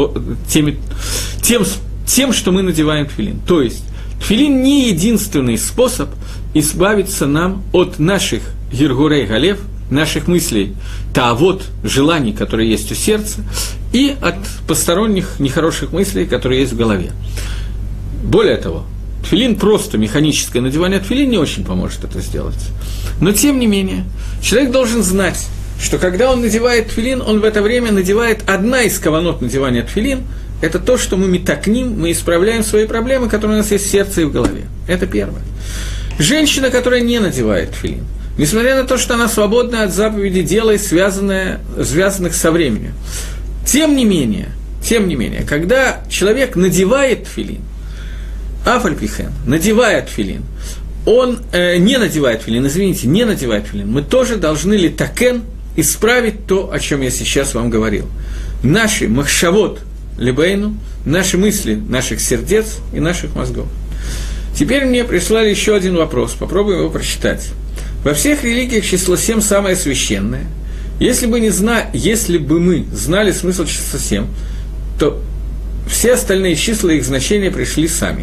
тем, что мы надеваем тфилин. То есть, тфилин не единственный способ избавиться нам от наших гиргурей галев, наших мыслей, таавот, желаний, которые есть у сердца, и от посторонних нехороших мыслей, которые есть в голове. Более того, тфилин, просто механическое надевание тфилин не очень поможет это сделать. Но, тем не менее, человек должен знать, что когда он надевает тфилин, он в это время надевает одна из каванот надевания тфилин, это то, что мы метакним, мы исправляем свои проблемы, которые у нас есть в сердце и в голове. Это первое. Женщина, которая не надевает тфилин, несмотря на то, что она свободна от заповедей дела, связанных со временем. Тем не менее, когда человек надевает тфилин, афальпихен, надевает тфилин, он не надевает тфилин, мы тоже должны литакен исправить то, о чем я сейчас вам говорил. Наши махшавот либейну, наши мысли наших сердец и наших мозгов. Теперь мне прислали еще один вопрос, попробуем его прочитать. Во всех религиях число 7 самое священное. Если бы мы знали смысл числа 7, то все остальные числа, их значения пришли сами.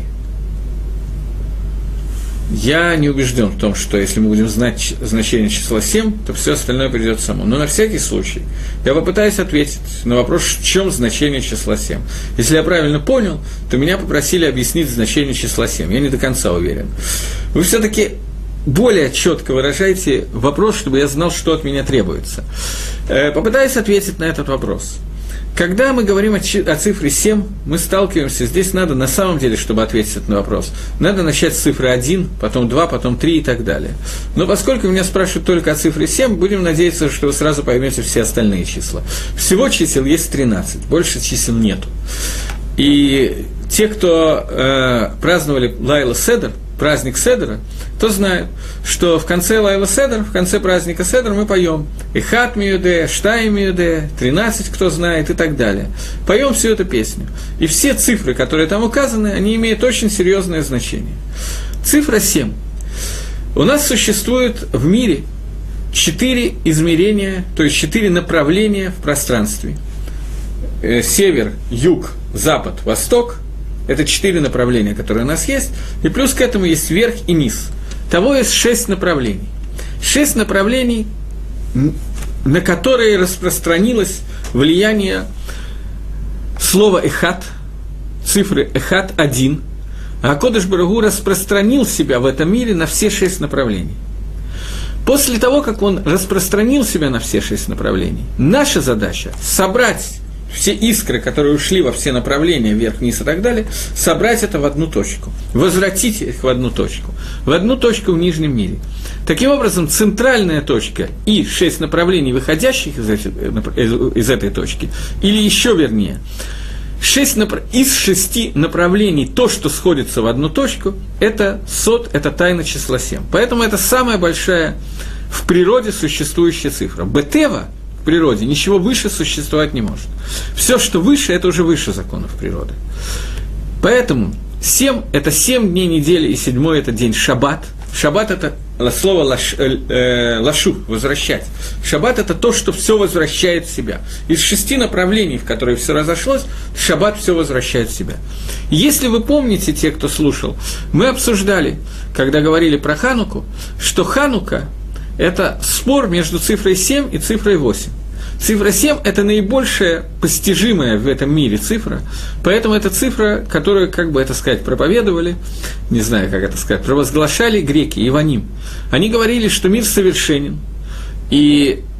Я не убежден в том, что если мы будем знать значение числа 7, то все остальное придет само. Но на всякий случай я попытаюсь ответить на вопрос, в чем значение числа 7. Если я правильно понял, то меня попросили объяснить значение числа 7. Я не до конца уверен. Вы все-таки более четко выражаете вопрос, чтобы я знал, что от меня требуется. Попытаюсь ответить на этот вопрос. Когда мы говорим о цифре 7, мы сталкиваемся, здесь надо, на самом деле, чтобы ответить на вопрос, надо начать с цифры 1, потом 2, потом 3 и так далее. Но поскольку меня спрашивают только о цифре 7, будем надеяться, что вы сразу поймете все остальные числа. Всего чисел есть 13, больше чисел нету. И те, кто праздновали Лайла Седер, праздник Седера, то знают, что в конце Лайла Седер, в конце праздника Седер мы поем «Эхат миюде», «Штай миюде», 13, кто знает, и так далее. Поем всю эту песню. И все цифры, которые там указаны, они имеют очень серьезное значение. Цифра 7. У нас существует в мире 4 измерения, то есть 4 направления в пространстве. Север, юг, запад, восток. Это 4 направления, которые у нас есть, и плюс к этому есть верх и низ. Того есть 6 направлений. 6 направлений, на которые распространилось влияние слова «эхат», цифры «эхат» 1, а Акодыш Барух Ху распространил себя в этом мире на все 6 направлений. После того, как он распространил себя на все 6 направлений, наша задача – собрать все искры, которые ушли во все направления, вверх, вниз и так далее, собрать это в одну точку, возвратить их в одну точку в нижнем мире. Таким образом, центральная точка и 6 направлений, выходящих из этой точки, или еще вернее, из 6 направлений то, что сходится в одну точку, это сот, это тайна числа 7. Поэтому это самая большая в природе существующая цифра. Бетева в природе ничего выше существовать не может. Все, что выше, это уже выше законов природы. Поэтому 7 – это 7 дней недели, и 7-й – это день шаббат. Шаббат – это слово лашу, возвращать. Шаббат – это то, что все возвращает в себя. Из 6 направлений, в которые все разошлось, шаббат все возвращает в себя. Если вы помните, те, кто слушал, мы обсуждали, когда говорили про Хануку, что Ханука – это спор между цифрой 7 и цифрой 8. Цифра 7 – это наибольшая постижимая в этом мире цифра, поэтому это цифра, которую, как бы это сказать, проповедовали, не знаю, как это сказать, провозглашали греки, Иваним. Они говорили, что мир совершенен, и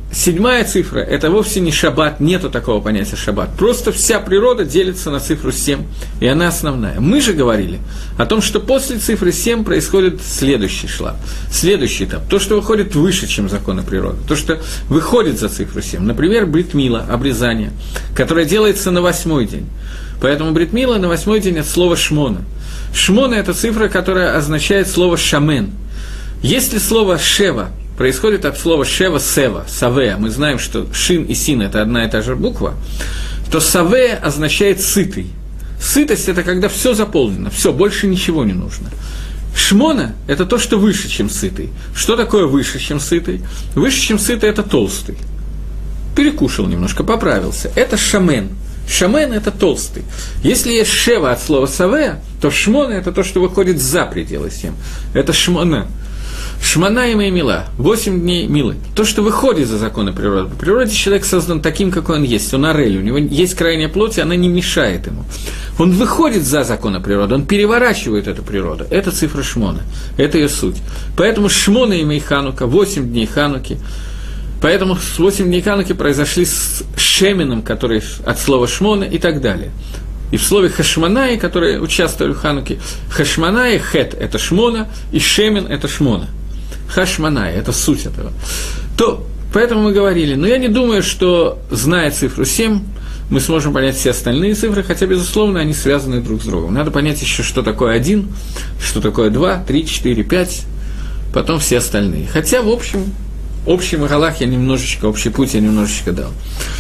седьмая цифра – это вовсе не шаббат, нету такого понятия шаббат. Просто вся природа делится на цифру 7, и она основная. Мы же говорили о том, что после цифры 7 происходит следующий шлаг, следующий этап. То, что выходит выше, чем законы природы. То, что выходит за цифру 7. Например, брит мила, обрезание, которое делается на 8-й день. Поэтому брит мила на 8-й день от слова шмона. Шмона – это цифра, которая означает слово шамен. Если слово шева происходит от слова «шева» – «сева», «савея». Мы знаем, что «шин» и «син» – это одна и та же буква. То «савея» означает «сытый». Сытость – это когда все заполнено, все, больше ничего не нужно. Шмона – это то, что выше, чем сытый. Что такое выше, чем сытый? Выше, чем сытый – это толстый. Перекушал немножко, поправился. Это шамен. Шамен – это толстый. Если есть «шева» от слова «савея», то шмона – это то, что выходит за пределы 7. Это шмона. Шмана и мила, 8 дней милы. То, что выходит за законы природы. По природе человек создан таким, какой он есть. Он орель, у него есть крайняя плоть, и она не мешает ему. Он выходит за законы природы, он переворачивает эту природу. Это цифра шмона, это ее суть. Поэтому шмона и ханука, 8 дней хануки. Поэтому с 8 дней хануки произошли с шеменом, который от слова шмона и так далее. И в слове хашманай, которые участвовали в хануке, хашманай, хет – это шмона, и шемен – это шмона. Хашманай – это суть этого. То, поэтому мы говорили, но я не думаю, что, зная цифру 7, мы сможем понять все остальные цифры, хотя, безусловно, они связаны друг с другом. Надо понять еще, что такое 1, что такое 2, 3, 4, 5, потом все остальные. Хотя, в общем, общий Магалах я немножечко, общий путь я немножечко дал.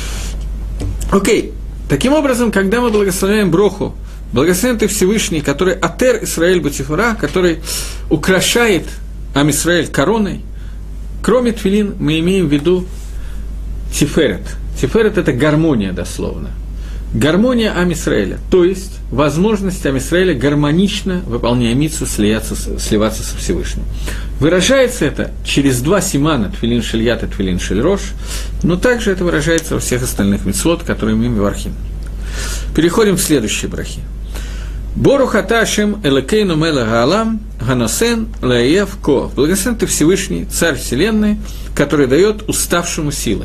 Окей. Таким образом, когда мы благословляем броху, благословен ты Всевышний, который Атер Исраэль Батифура, который украшает Ам Исраэль короной, кроме тфилин мы имеем в виду тиферет. Тиферет – это гармония дословно. Гармония Ам Исраэля, то есть возможность Ам Исраэля гармонично, выполняя мицву, сливаться со Всевышним. Выражается это через 2 симана, тфилин шельят и тфилин шельрош, но также это выражается во всех остальных мицвот, которые мы мивархим. Переходим к следующей брахе. Борух ата Ашем элокейну мелех хаалам ганосен леев коах. Благословен ты Всевышний, Царь Вселенной, который дает уставшему силы.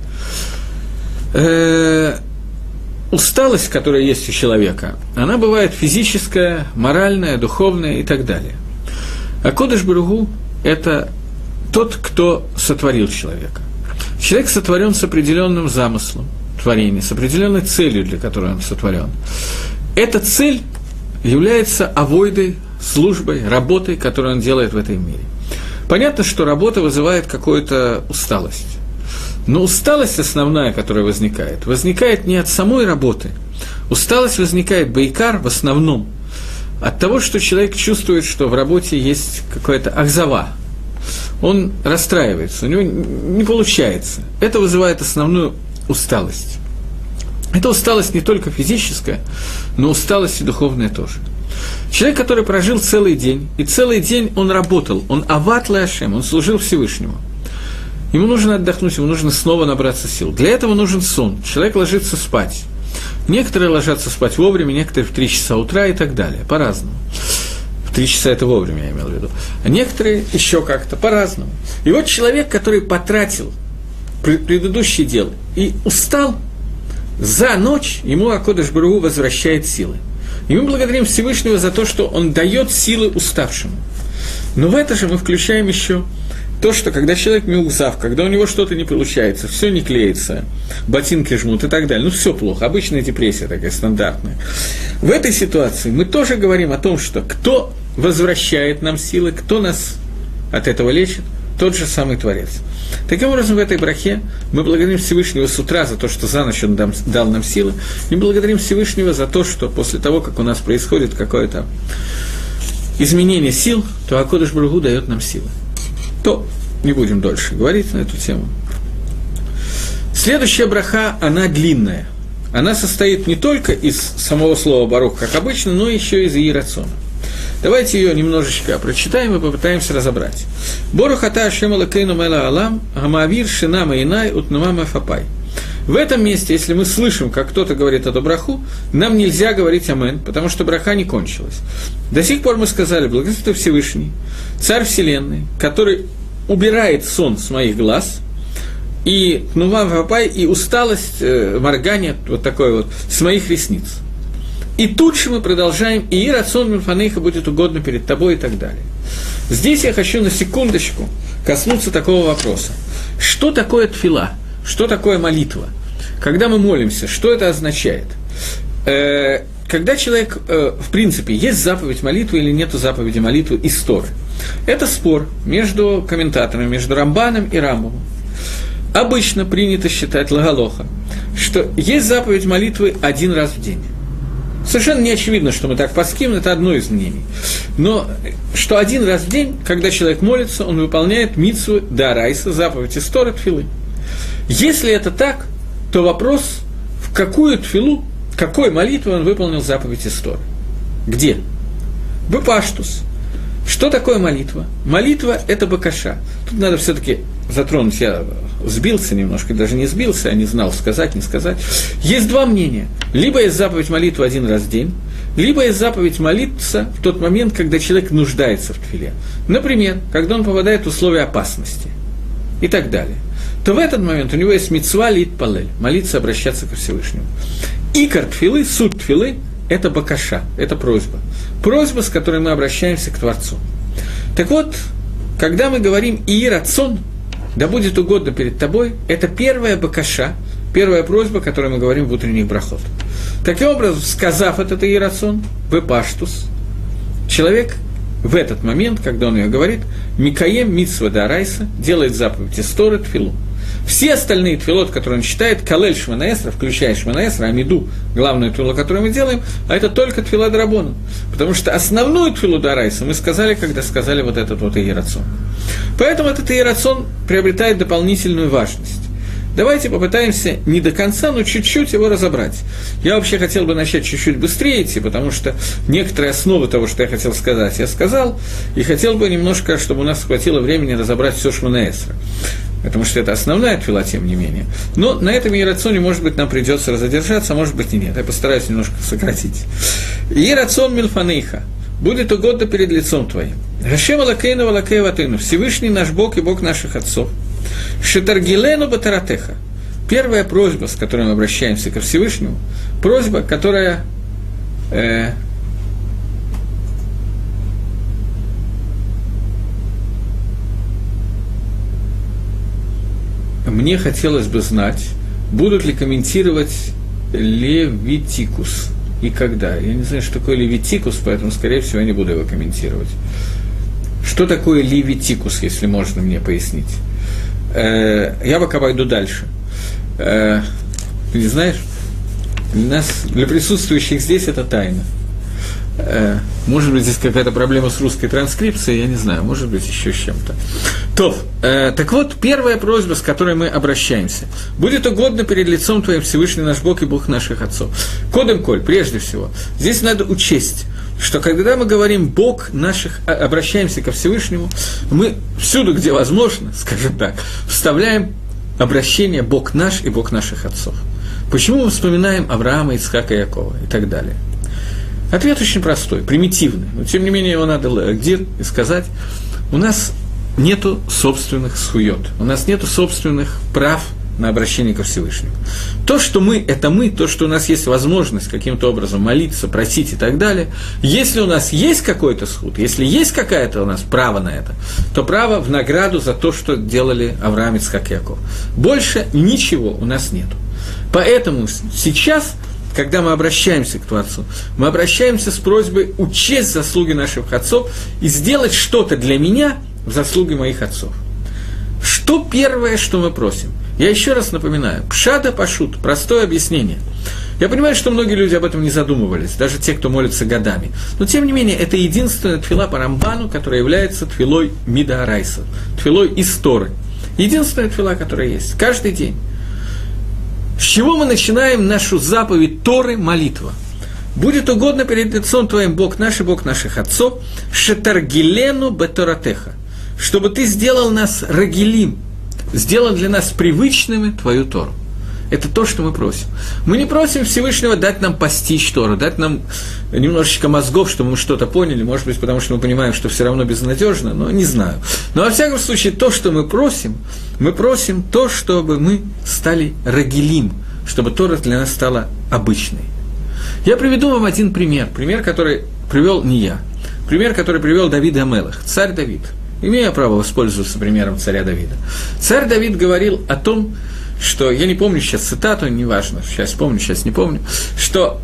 Усталость, которая есть у человека, она бывает физическая, моральная, духовная и так далее. А Кодеш Барух – это тот, кто сотворил человека. Человек сотворен с определенным замыслом творения, с определенной целью, для которой он сотворен. Эта цель является авойдой, службой, работой, которую он делает в этом мире. Понятно, что работа вызывает какую-то усталость. Но усталость основная, которая возникает не от самой работы. Усталость возникает, бейкар, в основном, от того, что человек чувствует, что в работе есть какая-то ахзава. Он расстраивается, у него не получается. Это вызывает основную усталость. Это усталость не только физическая, но усталость и духовная тоже. Человек, который прожил целый день, и целый день он работал, он ават лэшем, он служил Всевышнему. Ему нужно отдохнуть, ему нужно снова набраться сил. Для этого нужен сон. Человек ложится спать. Некоторые ложатся спать вовремя, некоторые в 3 часа утра и так далее, по-разному. В 3 часа это вовремя, я имел в виду. А некоторые еще как-то по-разному. И вот человек, который потратил предыдущий дел и устал, за ночь ему Акодеш Барух Ху возвращает силы. И мы благодарим Всевышнего за то, что он дает силы уставшему. Но в это же мы включаем еще то, что когда человек миукзав, когда у него что-то не получается, все не клеится, ботинки жмут и так далее, все плохо, обычная депрессия такая стандартная. В этой ситуации мы тоже говорим о том, что кто возвращает нам силы, кто нас от этого лечит, тот же самый Творец. Таким образом, в этой брахе мы благодарим Всевышнего с утра за то, что за ночь Он дал нам силы, и благодарим Всевышнего за то, что после того, как у нас происходит какое-то изменение сил, то Акодеш Барух Ху дает нам силы. То не будем дольше говорить на эту тему. Следующая браха, она длинная. Она состоит не только из самого слова «барух», как обычно, но еще из «иерацона». Давайте ее немножечко прочитаем и попытаемся разобрать. «Борух ата Ашем элокейну мелех хаалам гамаавир шинам эйнай утнумам эфапай». В этом месте, если мы слышим, как кто-то говорит эту браху, нам нельзя говорить «Амен», потому что браха не кончилась. До сих пор мы сказали «Благословен Всевышний, Царь Вселенной, который убирает сон с моих глаз», и тнува вапай, и усталость, моргание вот такое вот с моих ресниц. И тут же мы продолжаем, и рацион мильфанейха будет угодно перед тобой и так далее. Здесь я хочу на секундочку коснуться такого вопроса. Что такое тфила? Что такое молитва? Когда мы молимся, что это означает? Когда человек, в принципе, есть заповедь молитвы или нет заповеди молитвы из Торы. Это спор между комментаторами, между Рамбаном и Рамбамом. Обычно принято считать лагалоха, что есть заповедь молитвы один раз в день. Совершенно не очевидно, что мы так паским, это одно из мнений. Но что один раз в день, когда человек молится, он выполняет мицву д'орайса, заповедь из Торы тфилы. Если это так, то вопрос, в какую тфилу, какой молитвой он выполнил заповедь из Торы. Где? Бепаштус. Что такое молитва? Молитва – это бакаша. Тут надо все-таки затронуть, я сбился немножко, даже не сбился, а не знал, сказать, не сказать. Есть два мнения. Либо есть заповедь молитвы один раз в день, либо есть заповедь молиться в тот момент, когда человек нуждается в тфиле. Например, когда он попадает в условия опасности и так далее. То в этот момент у него есть мицва лит палель, молиться, обращаться ко Всевышнему. Икар тфилы, суть тфилы – это бакаша, это просьба. Просьба, с которой мы обращаемся к Творцу. Так вот, когда мы говорим «Ии рацон», «Да будет угодно перед тобой», это первая бакаша, первая просьба, которую мы говорим в утренних брахот. Таким образом, сказав этот «Ии рацон», «Бепаштус», человек в этот момент, когда он ее говорит, «Микаем мицва д'орайса», делает заповедь из Торы тфилу. Все остальные тфилот, которые он читает, калель шманаэсра, включая шманаэсра, амиду, главную тфилу, которую мы делаем, а это только тфила драбону. Потому что основную тфилу д'орайса мы сказали, когда сказали вот этот вот ии рацон. Поэтому этот ии рацон приобретает дополнительную важность. Давайте попытаемся не до конца, но чуть-чуть его разобрать. Я вообще хотел бы начать чуть-чуть быстрее идти, потому что некоторые основы того, что я хотел сказать, я сказал, и хотел бы немножко, чтобы у нас хватило времени разобрать все шманаэсра. Потому что это основная тфила, тем не менее. Но на этом ии рацоне, может быть, нам придется задержаться, а может быть и нет. Я постараюсь немножко сократить. Ии рацон мильфанейха. Будет угодно перед лицом твоим. Гашем алакейну валакей ватыну. Всевышний наш Бог и Бог наших отцов. Шетаргилену батаратеха. Первая просьба, с которой мы обращаемся ко Всевышнему, просьба, которая мне хотелось бы знать, будут ли комментировать Левитикус и когда. Я не знаю, что такое Левитикус, поэтому, скорее всего, я не буду его комментировать. Что такое Левитикус, если можно мне пояснить? Я пока пойду дальше. Ты не знаешь? Для присутствующих здесь это тайна. Может быть, здесь какая-то проблема с русской транскрипцией, я не знаю, может быть, еще с чем-то. Так вот, первая просьба, с которой мы обращаемся. «Будет угодно перед лицом твоим Всевышний наш Бог и Бог наших отцов». Кодем коль, прежде всего, здесь надо учесть, что когда мы говорим «Бог наших», обращаемся ко Всевышнему, мы всюду, где возможно, скажем так, вставляем обращение «Бог наш и Бог наших отцов». Почему мы вспоминаем Авраама, Ицхака и Якова и так далее? Ответ очень простой, примитивный, но тем не менее его надо лагдир и сказать. У нас нету собственных схуйот, у нас нету собственных прав на обращение ко Всевышнему. То, что мы, это мы, то, что у нас есть возможность каким-то образом молиться, просить и так далее, если у нас есть какой-то схуд, если есть какое-то у нас право на это, то право в награду за то, что делали Авраам, Ицхак и Яков. Больше ничего у нас нету. Поэтому сейчас, когда мы обращаемся к Творцу, мы обращаемся с просьбой учесть заслуги наших отцов и сделать что-то для меня в заслуге моих отцов. Что первое, что мы просим? Я еще раз напоминаю, пшата пашут, простое объяснение. Я понимаю, что многие люди об этом не задумывались, даже те, кто молится годами. Но, тем не менее, это единственная тфила по Рамбану, которая является тфилой мидаарайса, тфилой из Торы. Единственная тфила, которая есть, каждый день. С чего мы начинаем нашу заповедь Торы, молитва? «Будет угодно перед лицом твоим Бог наш и Бог наших отцов, шетаргилену беторатеха», чтобы ты сделал нас рагилим, сделал для нас привычными твою Тору. Это то, что мы просим. Мы не просим Всевышнего дать нам постичь Тору, дать нам немножечко мозгов, чтобы мы что-то поняли, может быть, потому что мы понимаем, что все равно безнадежно, но не знаю. Но, во всяком случае, то, что мы просим то, чтобы мы стали рагилим, чтобы Тора для нас стала обычной. Я приведу вам один пример, который привел не я, пример, который привел Давид Амелех, царь Давид. Имею право воспользоваться примером царя Давида. Царь Давид говорил о том, что, я не помню сейчас цитату, неважно, сейчас помню, сейчас не помню, что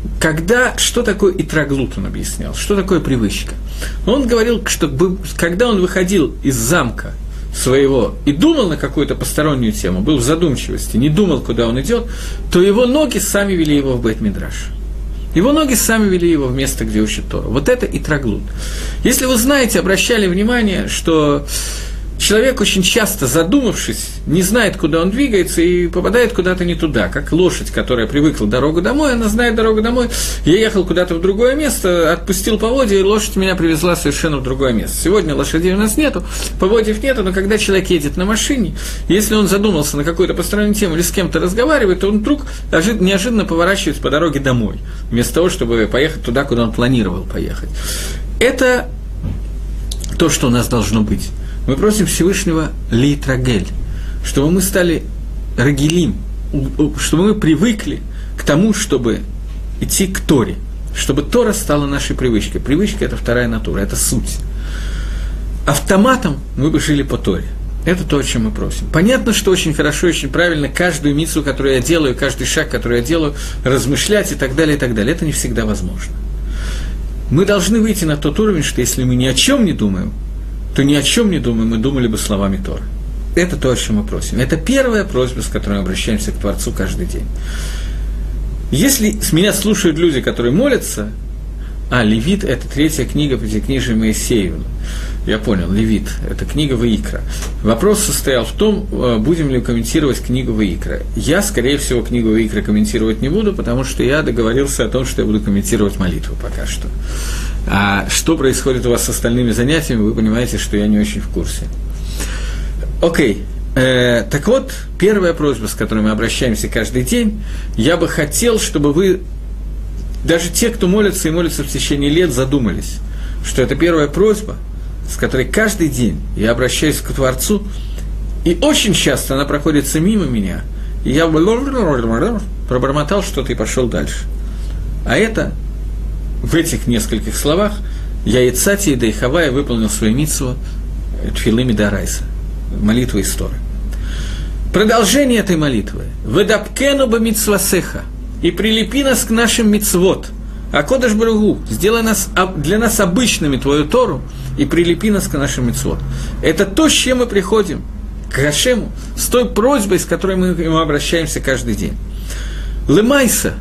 что такое итраглут, он объяснял, что такое привычка. Он говорил, что когда он выходил из замка своего и думал на какую-то постороннюю тему, был в задумчивости, не думал, куда он идет, то его ноги сами вели его в Бейт-Мидраш. Его ноги сами вели его в место, где учат Тору. Вот это итраглут. Если вы знаете, обращали внимание, что человек, очень часто задумавшись, не знает, куда он двигается, и попадает куда-то не туда, как лошадь, которая привыкла дорогу домой, она знает дорогу домой, я ехал куда-то в другое место, отпустил поводья, и лошадь меня привезла совершенно в другое место. Сегодня лошадей у нас нету, поводьев нету, но когда человек едет на машине, если он задумался на какую-то постороннюю тему или с кем-то разговаривает, то он вдруг неожиданно поворачивается по дороге домой, вместо того, чтобы поехать туда, куда он планировал поехать. Это то, что у нас должно быть. Мы просим Всевышнего лейтрагель, чтобы мы стали рагилим, чтобы мы привыкли к тому, чтобы идти к Торе, чтобы Тора стала нашей привычкой. Привычка – это вторая натура, это суть. Автоматом мы бы жили по Торе. Это то, о чем мы просим. Понятно, что очень хорошо, очень правильно каждую мицву, которую я делаю, каждый шаг, который я делаю, размышлять и так далее, и так далее. Это не всегда возможно. Мы должны выйти на тот уровень, что если мы ни о чем не думаем, то ни о чем не думаем, мы думали бы словами Торы. Это то, о чем мы просим. Это первая просьба, с которой мы обращаемся к Творцу каждый день. Если с меня слушают люди, которые молятся, Левит – это 3-я книга Пятикнижия Моисеевна. Я понял, Левит – это книга Ваикра. Вопрос состоял в том, будем ли комментировать книгу Ваикра. Я, скорее всего, книгу Ваикра комментировать не буду, потому что я договорился о том, что я буду комментировать молитву пока что. А что происходит у вас с остальными занятиями, вы понимаете, что я не очень в курсе. Окей. Так вот, первая просьба, с которой мы обращаемся каждый день, я бы хотел, чтобы вы, даже те, кто молится и молится в течение лет, задумались, что это первая просьба, с которой каждый день я обращаюсь к Творцу, и очень часто она проходится мимо меня, и я пробормотал что-то и пошел дальше. А это в этих нескольких словах я Яцати и Дейхавая выполнил свою мицву Тфилим Дарайса, молитву из Торы. Продолжение этой молитвы. «Ведапкену бамитсвасеха» и прилепи нас к нашим мицвот. Акодеш Баругу, сделай для нас обычными Твою Тору и прилепи нас к нашим мицвот. Это то, с чем мы приходим к Гашему, с той просьбой, с которой мы к нему обращаемся каждый день. Лемайса.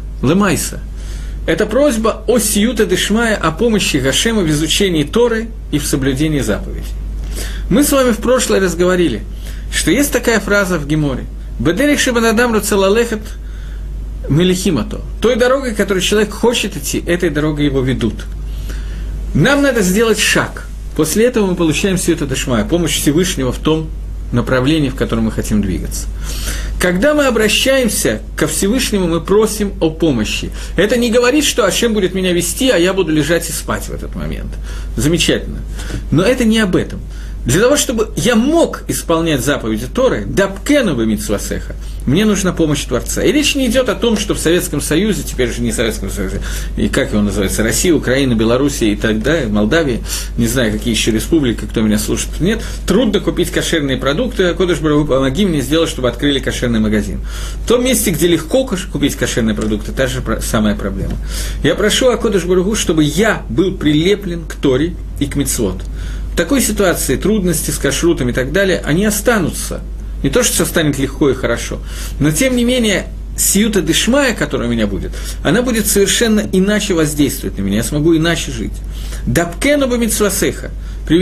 Это просьба о сиюта дешмая, о помощи Гашему в изучении Торы и в соблюдении заповедей. Мы с вами в прошлый раз говорили, что есть такая фраза в Геморе «Бедерих шебанадам руцелалехет мелихимато». Той дорогой, которой человек хочет идти, этой дорогой его ведут. Нам надо сделать шаг. После этого мы получаем сиюта дешмая, помощь Всевышнего в том направлении, в котором мы хотим двигаться. Когда мы обращаемся ко Всевышнему, мы просим о помощи. Это не говорит, что Ашем будет меня вести, а я буду лежать и спать в этот момент. Замечательно. Но это не об этом. Для того, чтобы я мог исполнять заповеди Торы, дапкену бамитсвасеха, мне нужна помощь Творца. И речь не идет о том, что в Советском Союзе, теперь же не Советском Союзе, и как его называется, Россия, Украина, Белоруссия и так далее, Молдавия, не знаю, какие еще республики, кто меня слушает, нет, трудно купить кошерные продукты, Кодеш Барух, помоги мне сделать, чтобы открыли кошерный магазин. В том месте, где легко купить кошерные продукты, та же самая проблема. Я прошу Кодеш Барух, чтобы я был прилеплен к Торе и к мицвот. В такой ситуации трудности с кашрутом и так далее, они останутся. Не то, что все станет легко и хорошо, но тем не менее, сиюта дешмая, которая у меня будет, она будет совершенно иначе воздействовать на меня, я смогу иначе жить. Дапкену бамитсвасеха,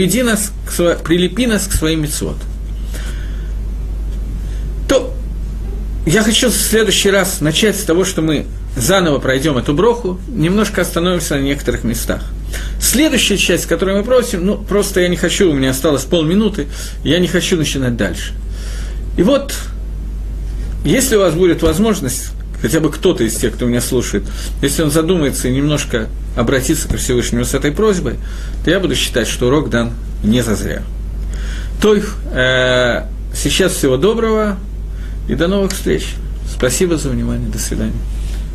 прилепи нас к своим мицвот. То я хочу в следующий раз начать с того, что мы заново пройдем эту броху, немножко остановимся на некоторых местах. Следующая часть, которую мы просим, просто я не хочу, у меня осталось полминуты, я не хочу начинать дальше. И вот, Если у вас будет возможность, хотя бы кто-то из тех, кто меня слушает, если он задумается и немножко обратиться ко Всевышнему с этой просьбой, то я буду считать, что урок дан не зазря. Сейчас всего доброго и до новых встреч. Спасибо за внимание. До свидания.